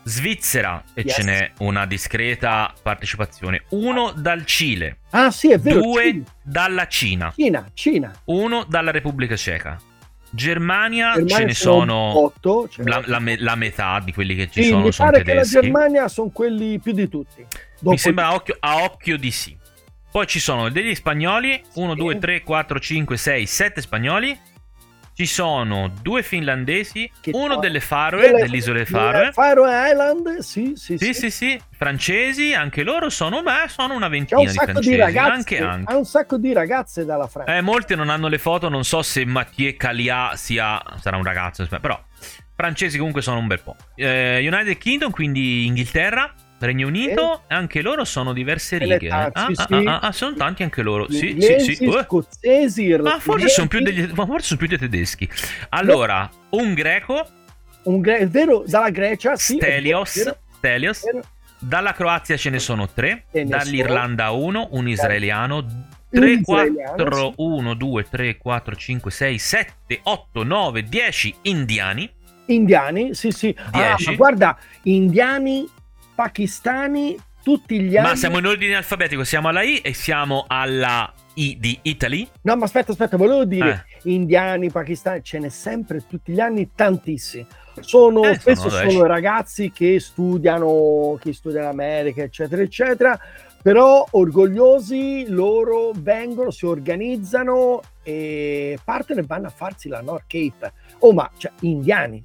Svizzera, e Yes. ce n'è una discreta partecipazione. Uno dal Cile, Ah sì, è vero. due Cina, dalla Cina, Cina. Cina. uno dalla Repubblica Ceca. Germania, Germania ce ne sono sono otto, ce ne la, sono la me- la metà di quelli che ci Sì, sono mi sono pare che la tedeschi. Germania sono quelli più di tutti. Dopo Mi sembra a occhio, a occhio di sì. Poi ci sono degli spagnoli, uno, due, tre, quattro, cinque, sei, sette spagnoli. Ci sono due finlandesi, Che uno fa- delle Faroe, delle- delle isole delle Faroe. Faroe Island, sì, sì, Sì, sì. sì, sì, francesi, anche loro sono, beh, sono una C'è ventina un di sacco francesi, di ragazze, anche anche. ha un sacco di ragazze dalla Francia. Eh, molti non hanno le foto, non so se Mathieu Calia sia sarà un ragazzo, però francesi comunque sono un bel po'. Eh, United Kingdom, quindi Inghilterra, Regno Unito, anche loro sono diverse Ce ne righe. tanti, Ah, sì, ah, sì. ah, ah, sono tanti anche loro. Sì, sì, Inglesi, sì. Uh, scozzesi, ma forse sono più irlandesi, degli, ma forse sono più dei tedeschi. Allora, un greco, un gre- è vero, dalla Grecia, sì, è Stelios, vero, Stelios. è vero. Dalla Croazia ce ne sono tre, Ce ne dall'Irlanda uno, un israeliano, tre, Un israeliano, quattro, sì. uno, due, tre, quattro, cinque, sei, sette, otto, nove, dieci indiani. Indiani, sì, sì. Ah, Dieci. ma guarda, indiani, pakistani, tutti gli anni. Ma siamo in ordine alfabetico, siamo alla I e siamo alla I di Italy. No, ma aspetta, aspetta, volevo dire Eh. indiani, pakistani, ce n'è sempre tutti gli anni tantissimi. Sono, Eh, spesso sono sono, dieci. ragazzi che studiano, che studiano in America, eccetera, eccetera, però orgogliosi loro vengono, si organizzano e partono e vanno a farsi la North Cape. Oh, ma cioè, indiani,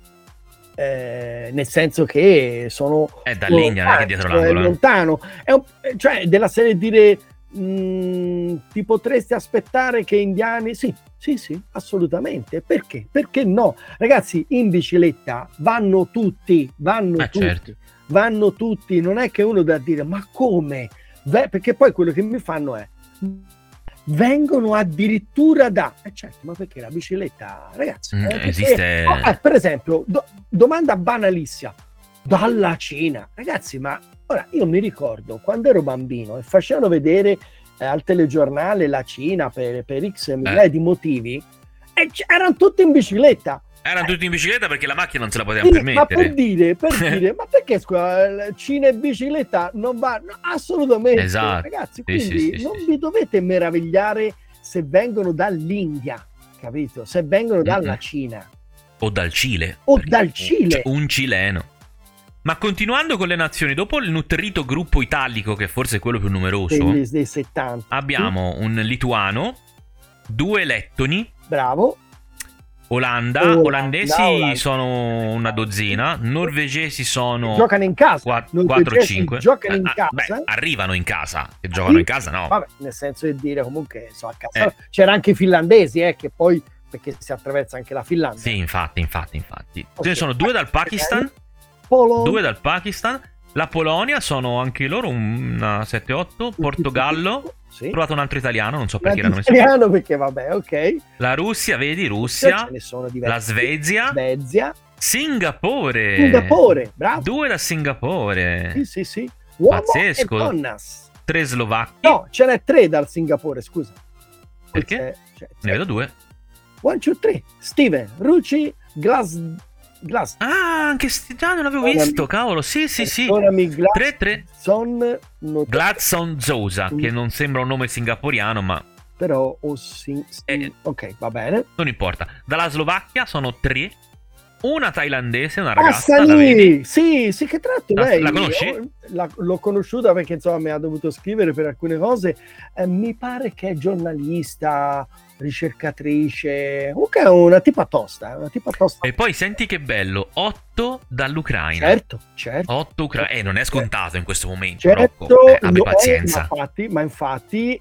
eh, nel senso che sono È dall'India, non è che dietro cioè, l'angolo. eh. lontano, è un- cioè della serie dire mm, ti potresti aspettare che indiani sì, sì, sì, assolutamente. Perché? Perché no? Ragazzi, in bicicletta vanno tutti, vanno Eh, tutti, certo. vanno tutti, non è che uno da dire ma come? Beh, perché poi quello che mi fanno è vengono addirittura da eh certo, ma perché la bicicletta, ragazzi, Mm, eh, perché- esiste- oh, eh, per esempio, do- domanda banalissima, dalla Cina, ragazzi, ma ora io mi ricordo quando ero bambino e facevano vedere eh, al telegiornale la Cina per, per X migliaia di motivi e c- erano tutti in bicicletta. Erano tutti in bicicletta perché la macchina non se la potevano Sì, ma permettere. per dire, per dire, ma perché scusa, la Cina e bicicletta non va? No, assolutamente, Esatto. ragazzi, Sì, quindi sì, sì, non sì, vi dovete meravigliare se vengono dall'India, capito? Se vengono dalla Mm-mm. Cina O dal Cile. o perché- dal Cile. cioè, un cileno. Ma continuando con le nazioni, dopo il nutrito gruppo italico, che forse è quello più numeroso, dei, dei settanta. abbiamo un lituano, due lettoni, Bravo. Olanda, Olanda, olandesi Olanda. sono una dozzina, norvegesi sono Giocano in casa. quattro Norvegesi cinque. giocano in casa. arrivano in casa, che giocano in casa no. Vabbè, nel senso di dire comunque so, a casa. Eh. C'era anche i finlandesi, eh, che poi perché si attraversa anche la Finlandia. Sì, infatti, infatti, infatti. Ce Ok. ne sono due dal Pakistan, Polo- due dal Pakistan, la Polonia sono anche loro una sette otto, Portogallo, Sì. ho trovato un altro italiano, non so perché L'anti- l'hanno messo. italiano perché vabbè, ok. La Russia, vedi, Russia, Ce ne sono la diversi. Svezia, Svezia, Singapore. Singapore, bravo. Due da Singapore. Sì, sì, sì. Uomo Pazzesco. e donnas. Tre slovacchi. No, ce n'è tre dal Singapore, scusa. Perché? C'è- c'è- Ne vedo due. One, two, three. Steven, Rucci, Glass... Glass. Ah, anche sti- già non l'avevo visto, cavolo. Sì, sì, sì. Perdonami, Glass- tre tre. Son, no- Gladson Zosa, che non sembra un nome singaporiano, ma però o sì, sì. Eh. Ok, va bene. non importa. Dalla Slovacchia sono tre. Una thailandese, una ragazza, Assani! la vedi? Sì, sì, che tra l'altro La- lei la conosci? io la- l'ho conosciuta perché insomma mi ha dovuto scrivere per alcune cose. Eh, mi pare che è giornalista, ricercatrice, comunque è una tipa tosta, è una tipa tosta. E poi senti che bello, otto dall'Ucraina. Certo, certo. otto Ucraina. Eh, non è scontato in questo momento, Certo, Rocco. Eh, abbi lo è, pazienza. ma infatti, ma infatti,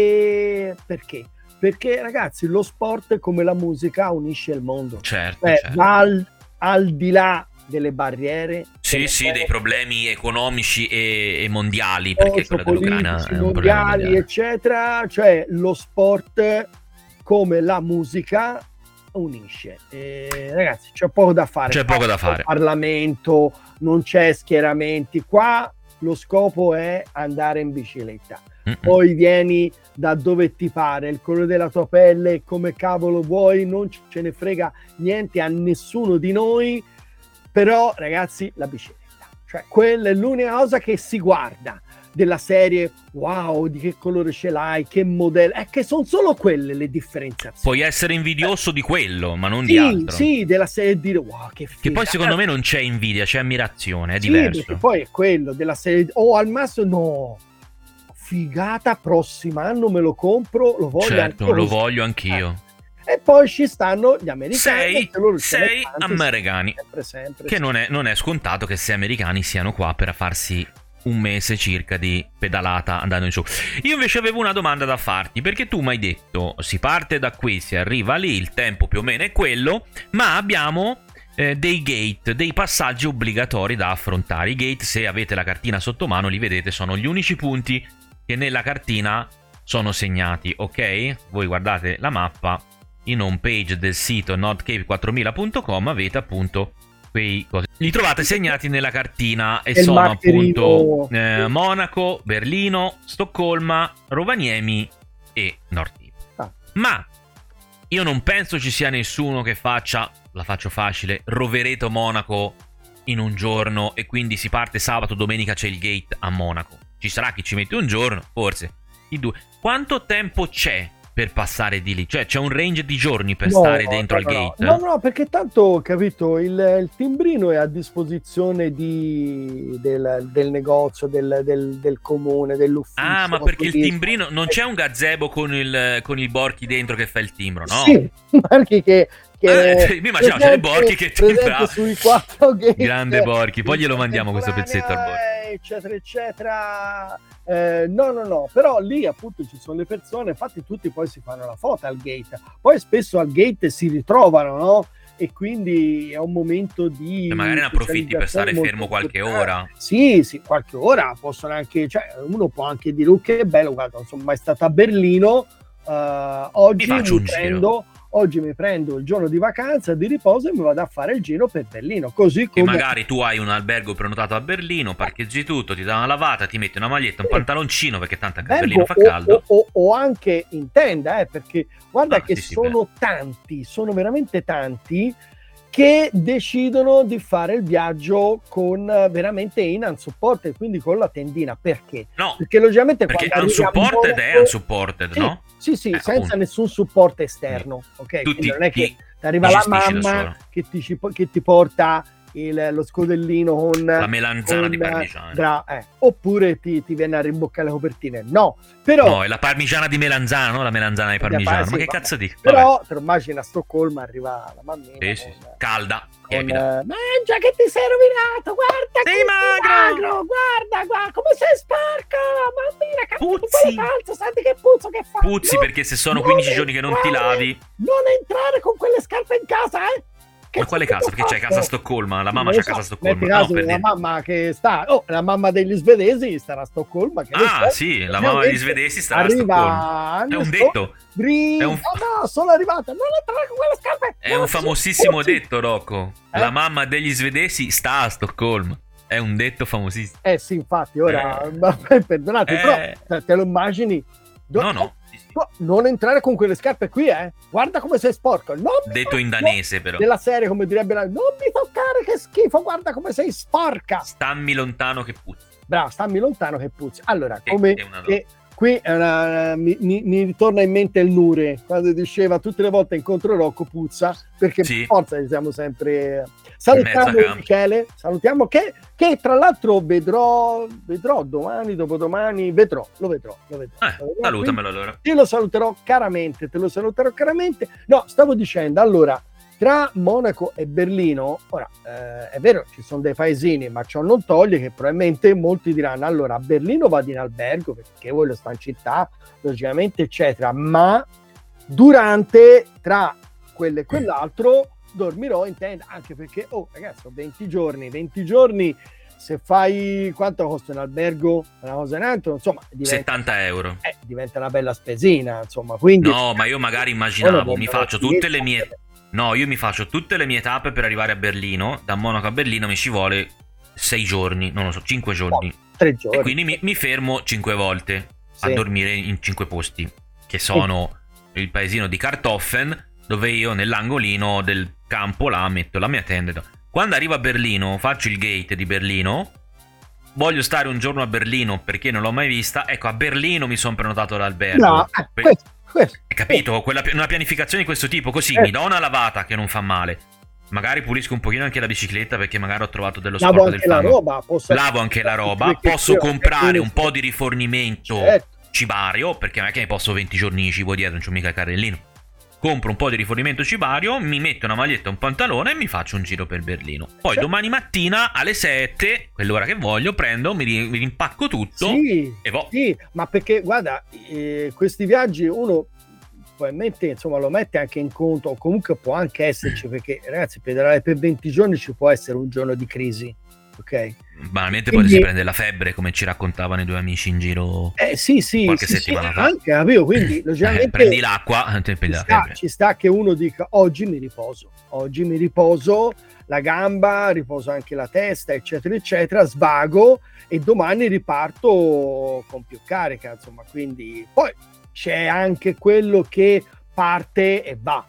e perché? Perché ragazzi, lo sport come la musica unisce il mondo. Certo, Cioè, certo. va al, al di là delle barriere. Sì, delle sì, cose dei problemi economici e, e mondiali, perché quello dell'Ucraina sociopolitici, è un problema mondiali, mondiale. eccetera. Cioè, lo sport come la musica unisce. E, ragazzi, c'è poco da fare. C'è poco da Qua fare. Parlamento, non c'è schieramenti. Qua lo scopo è andare in bicicletta. Mm-mm. Poi vieni da dove ti pare, il colore della tua pelle, come cavolo vuoi, non ce ne frega niente a nessuno di noi, però ragazzi la bicicletta, cioè quella è l'unica cosa che si guarda della serie. Wow, di che colore ce l'hai, che modello, è che sono solo quelle le differenziazioni. Puoi essere invidioso eh. di quello, ma non sì, di altro. Sì, della serie, dire wow, che figa. Che poi secondo me non c'è invidia, c'è ammirazione, è sì, diverso. Perché poi è quello della serie, o oh, al massimo no, figata, prossimo anno me lo compro, lo voglio. Certo, lo voglio anch'io. Eh. E poi ci stanno gli americani. Sei, loro sei americani. Sempre, sempre, che non è, non è scontato che sei americani siano qua per farsi un mese circa di pedalata andando in su. Io invece avevo una domanda da farti, perché tu mi hai detto si parte da qui, si arriva lì, il tempo più o meno è quello, ma abbiamo eh, dei gate, dei passaggi obbligatori da affrontare. I gate, se avete la cartina sotto mano, li vedete, sono gli unici punti che nella cartina sono segnati, ok? Voi guardate la mappa, in home page del sito nordcape quattromila punto com avete appunto quei cose. Li trovate segnati nella cartina e il sono marcherino... appunto eh, Monaco, Berlino, Stoccolma, Rovaniemi e Nordcape. Ah. Ma io non penso ci sia nessuno che faccia, la faccio facile, Rovereto Monaco in un giorno e quindi si parte sabato, domenica c'è il gate a Monaco. Ci sarà chi ci mette un giorno, forse i due. Quanto tempo c'è per passare di lì? Cioè c'è un range di giorni per no, stare dentro no, al no, gate? No, no, perché tanto, capito, il, il timbrino è a disposizione di, del, del negozio, del, del, del comune, dell'ufficio. Ah, ma perché il timbrino, non c'è un gazebo con il, con il Borchi dentro che fa il timbro, no? Sì, perché che... che eh, mi immaginavo c'è il Borchi che timbra sui quattro gate, grande Borchi, poi glielo mandiamo questo pezzetto al Borchi, eccetera eccetera. Eh, no no no, però lì appunto ci sono le persone, infatti tutti poi si fanno la foto al gate, poi spesso al gate si ritrovano, no? E quindi è un momento di e magari ne approfitti per stare fermo qualche ora. Sì, sì, qualche ora possono anche, cioè uno può anche dire oh, che bello, guarda, non sono mai stato a Berlino, uh, oggi mi, mi prendo oggi mi prendo il giorno di vacanza, di riposo e mi vado a fare il giro per Berlino, così come... E magari tu hai un albergo prenotato a Berlino, parcheggi tutto, ti dà una lavata, ti metti una maglietta, un sì. pantaloncino, perché tanto a Berlino fa o, caldo. O, o, o anche in tenda, eh, perché guarda ah, che sì, sono sì, tanti, sono veramente tanti che decidono di fare il viaggio con veramente in unsupported, quindi con la tendina. Perché? No, perché logicamente perché unsupported è unsupported, sì, no? Sì, sì, eh, senza appunto. nessun supporto esterno, ok? Tutti, non è che ti arriva la mamma che ti, che ti porta il, lo scodellino con la melanzana con, di parmigiana, bra, eh, oppure ti, ti viene a rimboccare le copertine. No, però no, è la parmigiana di melanzana, no? La melanzana di parmigiana. Sì, ma che vabbè. Cazzo dici? Però te lo immagini a Stoccolma arriva la mammina sì, sì, con, calda, con, uh, mangia che ti sei rovinato, guarda sei che magro. magro, guarda, guarda come sei sporco, mammina, puzzi, calze, senti che puzzo che fa. Puzzi, no, perché se sono quindici giorni che non ti lavi. Non entrare con quelle scarpe in casa, eh. Che ma quale casa? Perché c'è casa a Stoccolma? La mamma c'ha so, casa a Stoccolma. No, per la dire. mamma che sta, oh, la mamma degli svedesi starà a Stoccolma. Che ah, sì, la mamma degli svedesi starà a Stoccolma. È un detto. Dri... È un... Oh, no, sono arrivata. Non entrare con quelle scarpe. È un famosissimo Puzzi. detto, Rocco. Eh? La mamma degli svedesi sta a Stoccolma. È un detto famosissimo. Eh sì, infatti, ora, eh. perdonate, eh. però te lo immagini? Do- no, no. No, non entrare con quelle scarpe qui, eh. Guarda come sei sporco. Non detto in danese, però. Della serie, come direbbe la... Non mi toccare, che schifo. Guarda come sei sporca. Stammi lontano che puzzi. Bravo, stammi lontano che puzzi. Allora, che, come... Che qui è una, mi, mi, mi ritorna in mente il Nure, quando diceva tutte le volte incontro Rocco puzza, perché sì. per forza ci siamo sempre... Salutiamo Michele, salutiamo che, che tra l'altro vedrò vedrò domani, dopodomani, vedrò, lo vedrò, lo vedrò. Eh, lo vedrò salutamelo quindi, allora. Te lo saluterò caramente, te lo saluterò caramente. No, stavo dicendo, allora, tra Monaco e Berlino, ora, eh, è vero, ci sono dei paesini, ma ciò non toglie che probabilmente molti diranno, allora, a Berlino vado in albergo, perché voglio stare in città, logicamente, eccetera, ma durante, tra quello e quell'altro, dormirò in tenda, anche perché, oh ragazzi, ho venti giorni, venti giorni, se fai, quanto costa un albergo? Una cosa in alto, insomma, diventa, settanta euro. Eh, diventa una bella spesina, insomma, quindi... No, ma io magari immaginavo, mi faccio tutte le mie... No, io mi faccio tutte le mie tappe per arrivare a Berlino, da Monaco a Berlino mi ci vuole sei giorni, non lo so, cinque giorni. No, tre giorni. E quindi mi, mi fermo cinque volte sì. a dormire in cinque posti, che sono sì. il paesino di Karthofen, dove io nell'angolino del campo là metto la mia tenda. Quando arrivo a Berlino faccio il gate di Berlino voglio stare un giorno a Berlino perché non l'ho mai vista, ecco, a Berlino mi sono prenotato l'albergo. No, eh, questo, questo, hai capito? Quella, una pianificazione di questo tipo, così eh. mi do una lavata che non fa male. Magari pulisco un pochino anche la bicicletta perché magari ho trovato dello lavo sporco del anche la fango. roba, posso Lavo anche la roba, posso comprare un po' di rifornimento certo. cibario, perché non è che mi posso venti giorni di cibo dietro, non c'ho mica il carrellino. Compro un po' di rifornimento cibario, mi metto una maglietta e un pantalone e mi faccio un giro per Berlino. Poi certo. domani mattina alle sette, quell'ora che voglio, prendo, mi, ri- mi rimpacco tutto sì, e vo'. Sì, ma perché guarda, eh, questi viaggi uno probabilmente insomma lo mette anche in conto, o comunque può anche esserci, perché ragazzi, pedalare per venti giorni ci può essere un giorno di crisi, ok? Banalmente Quindi, poi si prende la febbre, come ci raccontavano i due amici in giro eh, sì, sì, qualche sì, settimana sì, fa. anche, capito? Quindi logicamente eh, prendi l'acqua, te prendi ci la sta, febbre. ci sta che uno dica oggi mi riposo, oggi mi riposo la gamba, riposo anche la testa, eccetera, eccetera, svago e domani riparto con più carica, insomma. Quindi poi c'è anche quello che parte e va.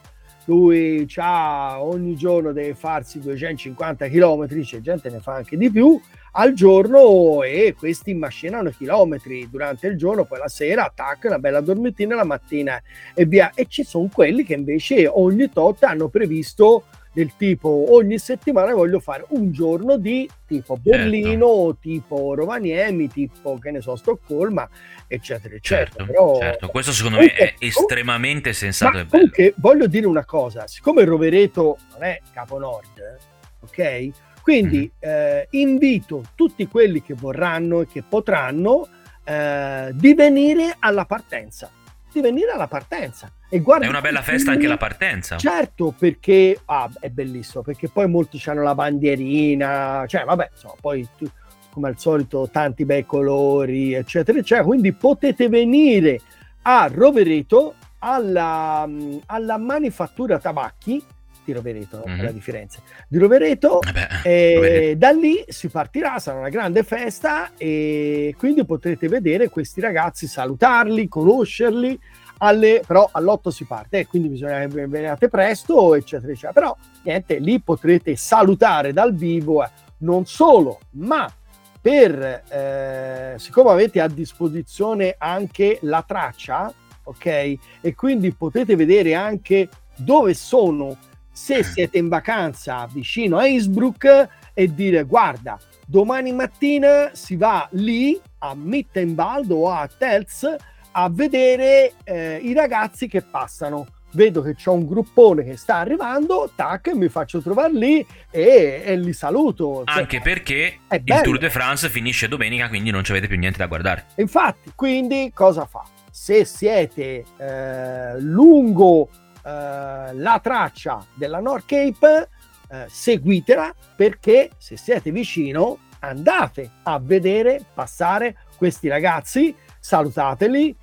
Lui c'ha ogni giorno deve farsi duecentocinquanta chilometri, c'è gente che ne fa anche di più al giorno, e questi macinano chilometri durante il giorno, poi la sera attacca una bella dormitina, la mattina e via. E ci sono quelli che invece ogni tot hanno previsto del tipo ogni settimana voglio fare un giorno di tipo Berlino, certo. tipo Rovaniemi, tipo che ne so Stoccolma, eccetera eccetera. Certo, Però, certo. Questo secondo me è estremamente sensato. Ma e bello. Comunque voglio dire una cosa, siccome Rovereto non è Capo Nord, ok? Quindi mm. eh, invito tutti quelli che vorranno e che potranno eh, di venire alla partenza, di venire alla partenza. E guarda, è una bella festa anche la partenza. Certo, perché ah, è bellissimo, perché poi molti hanno la bandierina, cioè vabbè, insomma, poi tu, come al solito tanti bei colori, eccetera, eccetera. Quindi potete venire a Rovereto alla, alla manifattura tabacchi di Rovereto, no? Mm-hmm. La differenza di Rovereto, Vabbè, e Rovereto. Da lì si partirà, sarà una grande festa e quindi potrete vedere questi ragazzi, salutarli, conoscerli. Alle, però all'otto si parte, eh, quindi bisogna che veniate presto, eccetera, eccetera. Però niente, lì potrete salutare dal vivo, eh, non solo, ma per eh, siccome avete a disposizione anche la traccia, ok, e quindi potete vedere anche dove sono, se siete in vacanza vicino a Innsbruck, e dire guarda, domani mattina si va lì a Mittenwald o a Telz a vedere eh, i ragazzi che passano. Vedo che c'è un gruppone che sta arrivando, tac, mi faccio trovare lì e, e li saluto. Anche cioè, perché il Tour de France finisce domenica, quindi non ci avete più niente da guardare. Infatti, quindi cosa fa? Se siete eh, lungo eh, la traccia della North Cape, eh, seguitela, perché se siete vicino andate a vedere passare questi ragazzi, salutateli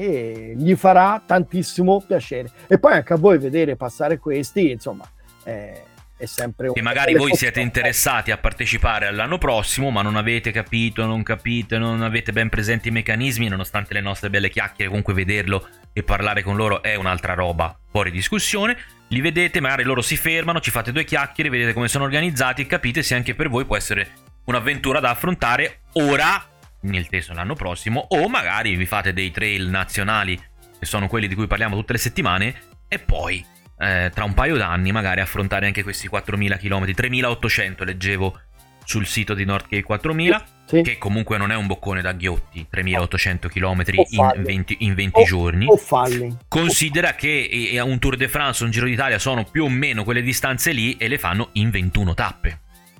e gli farà tantissimo piacere. E poi anche a voi vedere passare questi, insomma, eh, è sempre un... E magari voi siete interessati a partecipare all'anno prossimo, ma non avete capito, non capite, non avete ben presenti i meccanismi, nonostante le nostre belle chiacchiere, comunque vederlo e parlare con loro è un'altra roba, fuori discussione. Li vedete, magari loro si fermano, ci fate due chiacchiere, vedete come sono organizzati e capite se anche per voi può essere un'avventura da affrontare ora, nel teso l'anno prossimo, o magari vi fate dei trail nazionali che sono quelli di cui parliamo tutte le settimane e poi eh, tra un paio d'anni magari affrontare anche questi quattromila chilometri, tremilaottocento leggevo sul sito di North Cape quattromila, sì. Che comunque non è un boccone da ghiotti, tremilaottocento chilometri in venti, in venti o, giorni. O falli. Considera che un Tour de France, un Giro d'Italia sono più o meno quelle distanze lì e le fanno in ventuno tappe.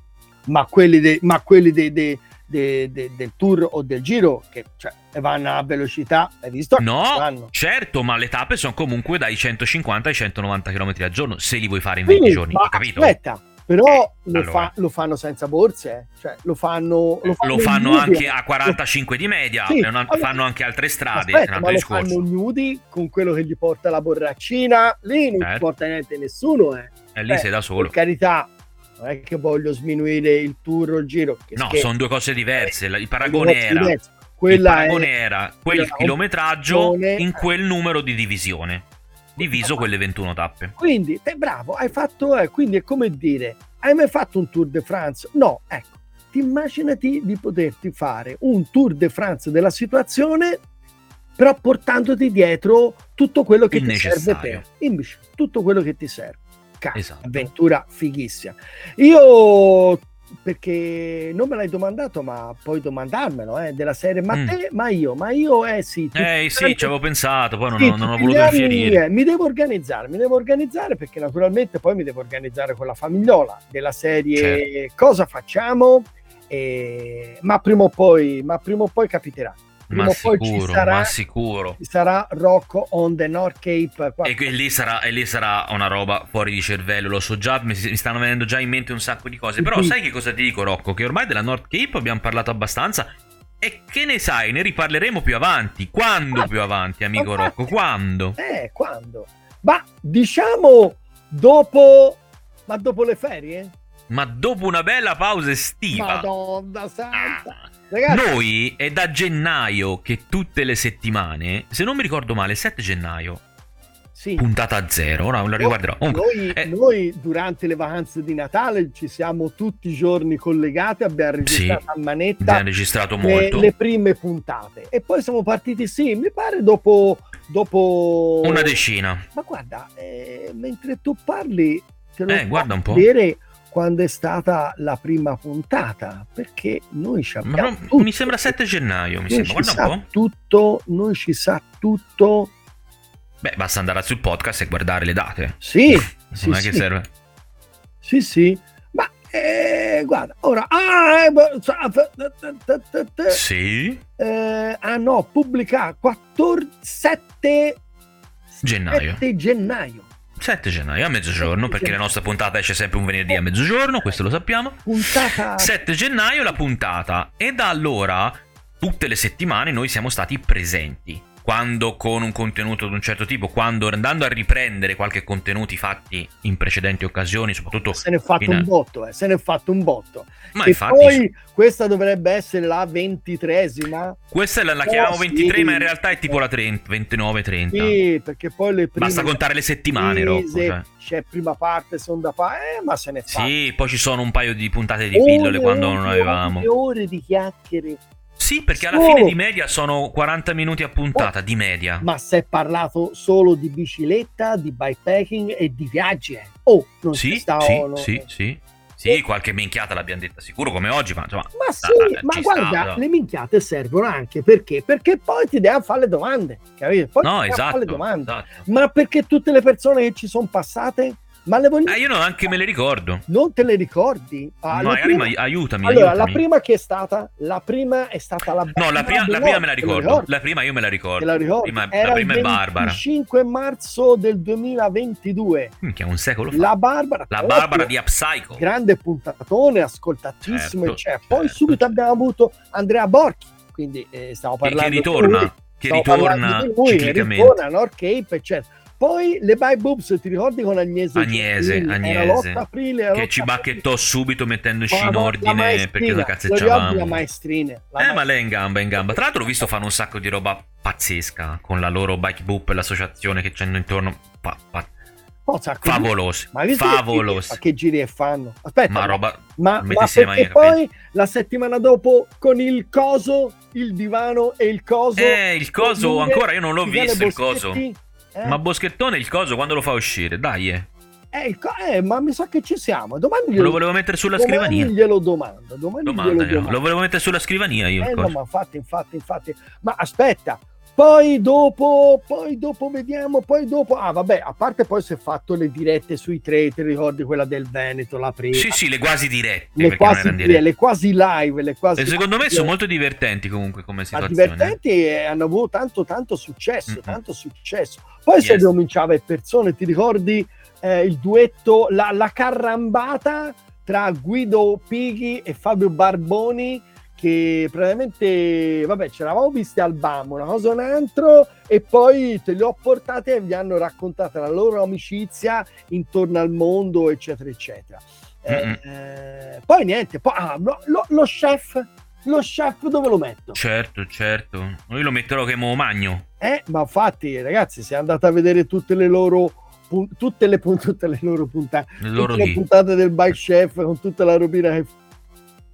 Ma quelli, de, ma quelli de, de, de, de, del Tour o del Giro che cioè, vanno a velocità, hai visto? No, vanno. Certo, ma le tappe sono comunque dai centocinquanta ai centonovanta chilometri al giorno, se li vuoi fare in venti sì, giorni, hai capito? Aspetta, però eh, lo, allora. fa, lo fanno senza borse, eh? Cioè lo fanno, lo fanno, lo fanno anche a quarantacinque di media, sì, una, allora, fanno anche altre strade, aspetta, un altro ma lo discorso. fanno nudi con quello che gli porta la borraccina, lì non certo. Ti porta niente nessuno, eh. E lì eh, sei da solo. Per carità, non è che voglio sminuire il Tour o il Giro. Che no, che, sono due cose diverse. Il paragone era, quella il paragone è, era quel chilometraggio in quel numero di divisione, diviso quelle ventuno tappe. Quindi, te bravo, hai fatto, eh, quindi è come dire, hai mai fatto un Tour de France? No, ecco. immaginati, immaginati di poterti fare un tour de France della situazione, però portandoti dietro tutto quello che ti serve per invece tutto quello che ti serve. Cazzo, esatto. Avventura fighissima. Io, perché non me l'hai domandato, ma puoi domandarmelo, eh, della serie, ma mm. te, ma io, ma io, eh sì. Eh sì, anni, ci avevo pensato, poi non, sì, ho, non ho voluto infierire. Eh, mi devo organizzare, mi devo organizzare perché naturalmente poi mi devo organizzare con la famigliola della serie, certo. Cosa facciamo? Eh, ma prima o poi, ma prima o poi capiterà. Prima ma o poi sicuro, ci sarà, ma sicuro. Ci sarà Rocco on the North Cape. E, e, lì sarà, e lì sarà una roba fuori di cervello, lo so già, mi, mi stanno venendo già in mente un sacco di cose. Però sai che cosa ti dico, Rocco? Che ormai della North Cape abbiamo parlato abbastanza. E che ne sai, ne riparleremo più avanti. Quando ah, più avanti, amico ah, Rocco? Quando? Eh, quando? Ma diciamo dopo... Ma dopo le ferie? Ma dopo una bella pausa estiva. Madonna santa. Ah. Ragazzi, noi è da gennaio che tutte le settimane, se non mi ricordo male, sette gennaio, sì. Puntata zero, ora la riguarderò. Noi, eh. noi durante le vacanze di Natale ci siamo tutti i giorni collegati, abbiamo registrato sì, a manetta abbiamo registrato le, molto. le prime puntate e poi siamo partiti, sì, mi pare dopo, dopo... una decina. Ma guarda, eh, mentre tu parli te lo eh, guarda un po'. vedere quando è stata la prima puntata, perché noi ci abbiamo Ma no, mi sembra sette gennaio, mi noi sembra. Guarda sa un po'. Tutto, noi ci sa tutto. Beh, basta andare sul podcast e guardare le date. Sì, non sì, è sì. che serve. Sì, sì. Ma eh, guarda, ora ah, eh, sì. Eh, ah no, pubblica quattordici sette gennaio. sette gennaio. sette gennaio a mezzogiorno, perché la nostra puntata esce sempre un venerdì a mezzogiorno, questo lo sappiamo. Puntata sette gennaio la puntata, e da allora tutte le settimane noi siamo stati presenti. Quando con un contenuto di un certo tipo, quando andando a riprendere qualche contenuti fatti in precedenti occasioni, soprattutto se ne è fatto in... un botto, eh, se ne è fatto un botto. Ma e infatti, poi questa dovrebbe essere la ventitreesima. Questa la, la chiamiamo oh, ventitré, sì, ma in realtà è tipo la trenta, ventinove trenta. Sì, perché poi le prime... Basta contare le settimane, Rocco. Cioè. C'è prima parte, seconda parte, eh, ma se ne fa. Sì, poi ci sono un paio di puntate di pillole ore, quando non avevamo. Ore, ore di chiacchiere. Sì, perché alla fine di media sono quaranta minuti a puntata, oh, di media. Ma si è parlato solo di bicicletta, di bikepacking e di viaggi. Oh, non sì, ci sta, sì, no, sì, no. sì. Sì, qualche minchiata l'abbiamo detta sicuro, come oggi, ma insomma... Ma sì, da, da, ma guarda, sta, le minchiate servono anche perché? Perché poi ti devono fare le domande, capito? Poi no, ti esatto, fare le domande. Esatto. Ma perché tutte le persone che ci sono passate... Ma le voglio... Ah, io non anche me le ricordo. Non te le ricordi? Ah, no, magari prima... aiutami. Allora, aiutami. la prima che è stata? La prima è stata la No, la prima, la prima me la ricordo. La prima io me la ricordo. Te la ricordo. Prima, Era la prima il è Barbara. Il cinque marzo del duemilaventidue. Minchia, un secolo fa. La Barbara. La Barbara di Upcycle. Grande puntatone, ascoltatissimo. Certo, cioè. Poi certo, subito certo. abbiamo avuto Andrea Borchi. Quindi eh, stiamo parlando che ritorna. di lui. Che Stavo ritorna di lui, ciclicamente. Ritorna a North Cape, eccetera. Poi le Bye Boobs, ti ricordi con Agnese? Agnese, Agnese. Agnese. Era l'otto aprile. Che ci bacchettò subito mettendoci ma in ordine perché la cazzeggiavamo. La maestrina. La eh, ma lei è in gamba, è in gamba. Tra l'altro l'ho visto fare un sacco di roba pazzesca con la loro Bike Boop e l'associazione che c'hanno intorno. Pa- pa- oh, favolosi. Ma favolosi. Ma che giri fanno? Aspetta. Ma roba... Ma, ma perché poi la settimana dopo con il coso, il divano e il coso... Eh, il coso ancora io non l'ho visto, il coso. Eh? Ma Boschettone il coso quando lo fa uscire? Dai, eh. Eh, il co- eh ma mi sa che ci siamo. Domani glielo, lo volevo mettere sulla domani scrivania. Glielo domando. Domani Domanda, glielo domando. Lo volevo mettere sulla scrivania io. Eh, no, ma infatti, infatti, infatti. Ma aspetta. Poi dopo, poi dopo vediamo, poi dopo, ah vabbè, a parte poi si è fatto le dirette sui tre, ti ricordi quella del Veneto, la prima? Sì, sì, le quasi dirette. Le quasi, le quasi live, le quasi e secondo live. me sono molto divertenti comunque come situazione. Ma divertenti e hanno avuto tanto, tanto successo, mm-hmm. tanto successo. Poi yes. si cominciava in persone, ti ricordi eh, il duetto, la, la carrambata tra Guido Pighi e Fabio Barboni, che praticamente, vabbè, ci eravamo visti al B A M, una cosa o un altro, e poi te li ho portati e vi hanno raccontato la loro amicizia intorno al mondo, eccetera, eccetera. Eh, eh, poi niente, poi, ah, lo, lo, lo chef, lo chef dove lo metto? Certo, certo, io lo metterò che mo magno. Eh, ma infatti, ragazzi, se andate a vedere tutte le loro... tutte le, tutte le loro puntate, le, loro tutte le puntate del Bike Chef con tutta la robina che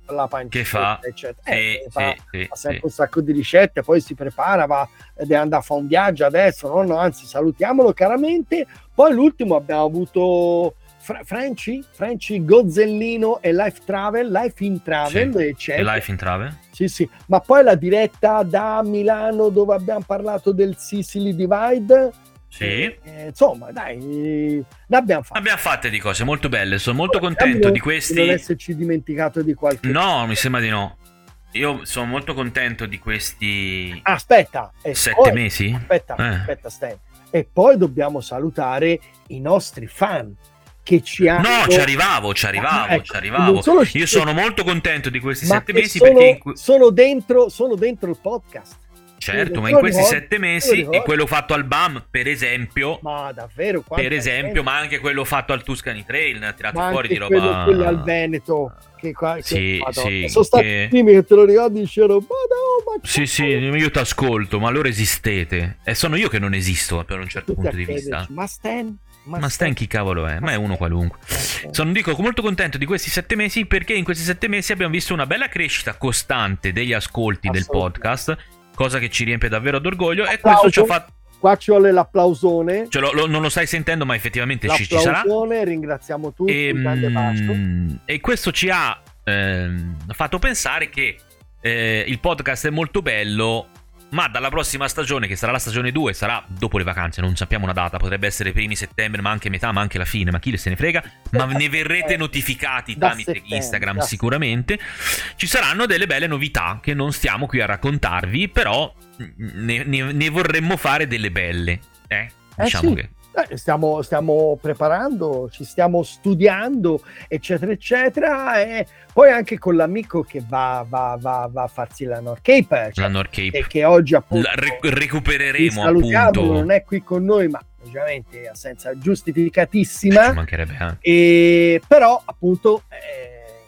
la pancetta, che fa, eccetera. Eh, sì, fa, sì, fa sì, sempre sì. un sacco di ricette, poi si prepara, va, deve andare a fare un viaggio adesso, no, no, anzi salutiamolo caramente. Poi l'ultimo abbiamo avuto Fra- Franci, Franci Gozzellino e Life Travel, Life in Travel, Sì. eccetera. E Life in Travel? Sì, sì, ma poi la diretta da Milano dove abbiamo parlato del Sicily Divide. Sì. Eh, eh, insomma, dai, ne abbiamo fatte. Abbiamo fatte di cose molto belle, sono molto Poi, contento non, di questi. non esserci dimenticato di qualche. No, mi sembra di no. Io sono molto contento di questi Aspetta, e sette poi, mesi. Aspetta, Eh. aspetta, Stan. E poi dobbiamo salutare i nostri fan che ci hanno. No, ci arrivavo, ci arrivavo, Ah, ecco, ci arrivavo. non solo- Io sono molto contento di questi ma sette che mesi sono, perché in cui- sono dentro, sono dentro il podcast. certo, Te ma lo in questi ricordi? sette Te lo mesi ricordi? e quello fatto al B A M, per esempio, Ma davvero? quanta per esempio, gente. ma anche quello fatto al Tuscany Trail, ne ha tirato Ma fuori anche di quello, roba. quello al Veneto che qua, che- Sì, Madonna. sì, sono stati che- i primi che te lo ricordi, dicevano ma no, ma Sì, sì, io ti ascolto, ma allora esistete. E sono io che non esisto per un certo tutti a punto di crederci. vista. Ma Stan? Ma Stan chi cavolo è? Ma è uno qualunque. Sono dico molto contento di questi sette mesi perché in questi sette mesi abbiamo visto una bella crescita costante degli ascolti del podcast, cosa che ci riempie davvero d'orgoglio. E questo ci ha fatto. Qua ci vuole l'applausone. Cioè, lo, lo, non lo stai sentendo, ma effettivamente ci, ci sarà. L'applausone, ringraziamo tutti. E, un grande bacio. e questo ci ha ehm, fatto pensare che eh, il podcast è molto bello. Ma dalla prossima stagione, che sarà la stagione due, sarà dopo le vacanze, non sappiamo una data, potrebbe essere primi settembre, ma anche metà, ma anche la fine, ma chi se ne frega, ma ne verrete notificati Da tramite settembre, Instagram da sicuramente. Ci saranno delle belle novità che non stiamo qui a raccontarvi, però ne, ne, ne vorremmo fare delle belle, eh? Diciamo sì. che... Eh, stiamo, stiamo preparando, ci stiamo studiando, eccetera, eccetera. E poi anche con l'amico che va, va, va, va a farsi la North Cape, cioè, la North Cape. e che oggi appunto la re- recupereremo, salutiamo, appunto. non è qui con noi, ma ovviamente assenza giustificatissima. Ci mancherebbe anche. E, però appunto eh,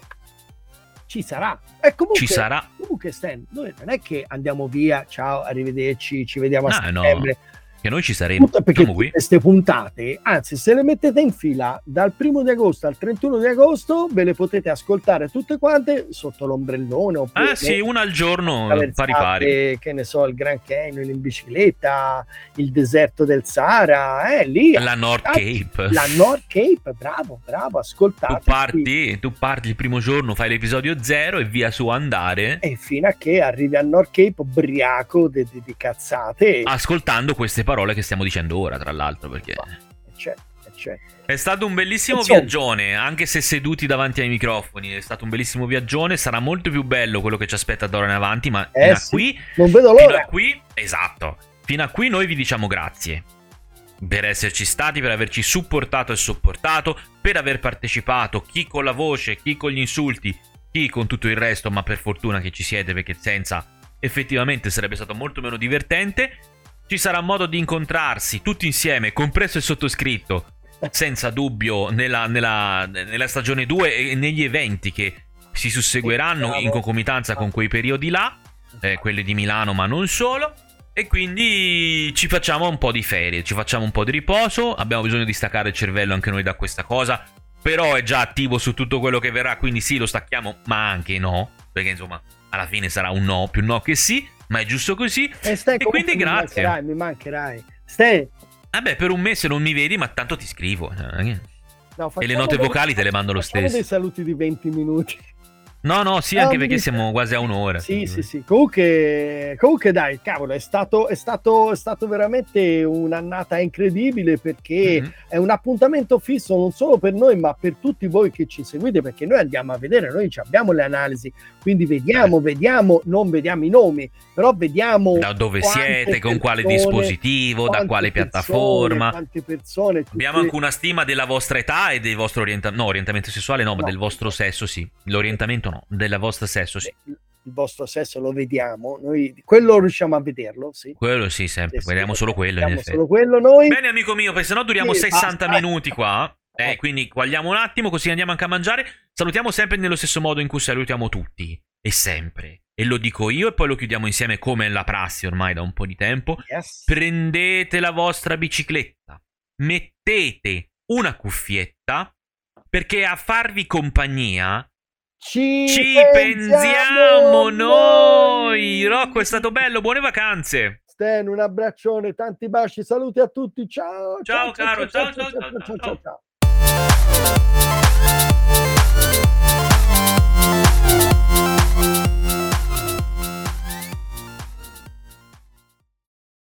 ci sarà. E comunque, Ci sarà. Comunque, Stan, noi non è che andiamo via, ciao, arrivederci, ci vediamo a Ah, no. settembre. Che noi ci saremo. Tutto perché Siamo qui. queste puntate, anzi, se le mettete in fila dal primo di agosto al trentuno di agosto, ve le potete ascoltare tutte quante sotto l'ombrellone. Oppure Ah sì, una al giorno, traversate, pari pari. che ne so, il Grand Canyon in bicicletta, il deserto del Sahara, eh, lì. La North Cape. La North Cape, bravo, bravo, ascoltate. Tu parti, tu parti il primo giorno, fai l'episodio zero e via su andare. E fino a che arrivi a North Cape ubriaco di, di, di cazzate. Ascoltando queste parole che stiamo dicendo ora, tra l'altro, perché c'è, c'è. è stato un bellissimo Insomma. viaggione, anche se seduti davanti ai microfoni. È stato un bellissimo viaggione. Sarà molto più bello quello che ci aspetta da ora in avanti. Ma Eh fino a sì, qui, non vedo fino l'ora. a qui, esatto. Fino a qui noi vi diciamo grazie per esserci stati, per averci supportato e sopportato, per aver partecipato, chi con la voce, chi con gli insulti, chi con tutto il resto, ma per fortuna che ci siete, perché senza effettivamente sarebbe stato molto meno divertente. Ci sarà modo di incontrarsi tutti insieme, compreso il sottoscritto, senza dubbio, nella, nella, nella stagione due e negli eventi che si susseguiranno in concomitanza con quei periodi là, eh, quelli di Milano ma non solo. E quindi ci facciamo un po' di ferie, ci facciamo un po' di riposo. Abbiamo bisogno di staccare il cervello anche noi da questa cosa, però è già attivo su tutto quello che verrà, quindi sì, lo stacchiamo, ma anche no, perché insomma alla fine sarà un no, più no che sì, ma è giusto così. E, Stan, E quindi mi grazie. mancherai, mi mancherai. Stan, Vabbè, per un mese non mi vedi, ma tanto ti scrivo. no, E le facciamo note dei- vocali te le mando lo facciamo stesso. dei saluti di venti minuti. No, no, sì, No, anche mi perché dispiace. siamo quasi a un'ora. Sì, sì, sì. Comunque, comunque dai, cavolo, è stato, è stato, è stato veramente un'annata incredibile perché Mhm. è un appuntamento fisso non solo per noi, ma per tutti voi che ci seguite, perché noi andiamo a vedere, noi ci abbiamo le analisi, quindi vediamo, vediamo, non vediamo i nomi, però vediamo Da dove quante siete, con quale persone, dispositivo, da quante quale persone, piattaforma. quante persone. Abbiamo tutte- anche una stima della vostra età e del vostro orientamento. No, orientamento sessuale no, ma No. del vostro sesso sì. L'orientamento no, del vostro sesso sì. Il vostro sesso lo vediamo, noi quello riusciamo a vederlo, sì. Quello sì, sempre. Sì, sì, Vediamo solo quello, in vediamo effetti. solo quello noi. Bene, amico mio, perché sennò duriamo Sì, sessanta basta. minuti qua. Eh, quindi quagliamo un attimo, così andiamo anche a mangiare. Salutiamo sempre nello stesso modo in cui salutiamo tutti. E sempre. E lo dico io e poi lo chiudiamo insieme come la prassi ormai da un po' di tempo. Yes. Prendete la vostra bicicletta, mettete una cuffietta, perché a farvi compagnia Ci, Ci pensiamo pensiamo noi. Rocco, è stato bello, buone vacanze. Stan, un abbraccione, tanti baci, saluti a tutti, ciao Ciao, ciao caro, ciao ciao, ciao, ciao, ciao, ciao ciao ciao. ciao ciao.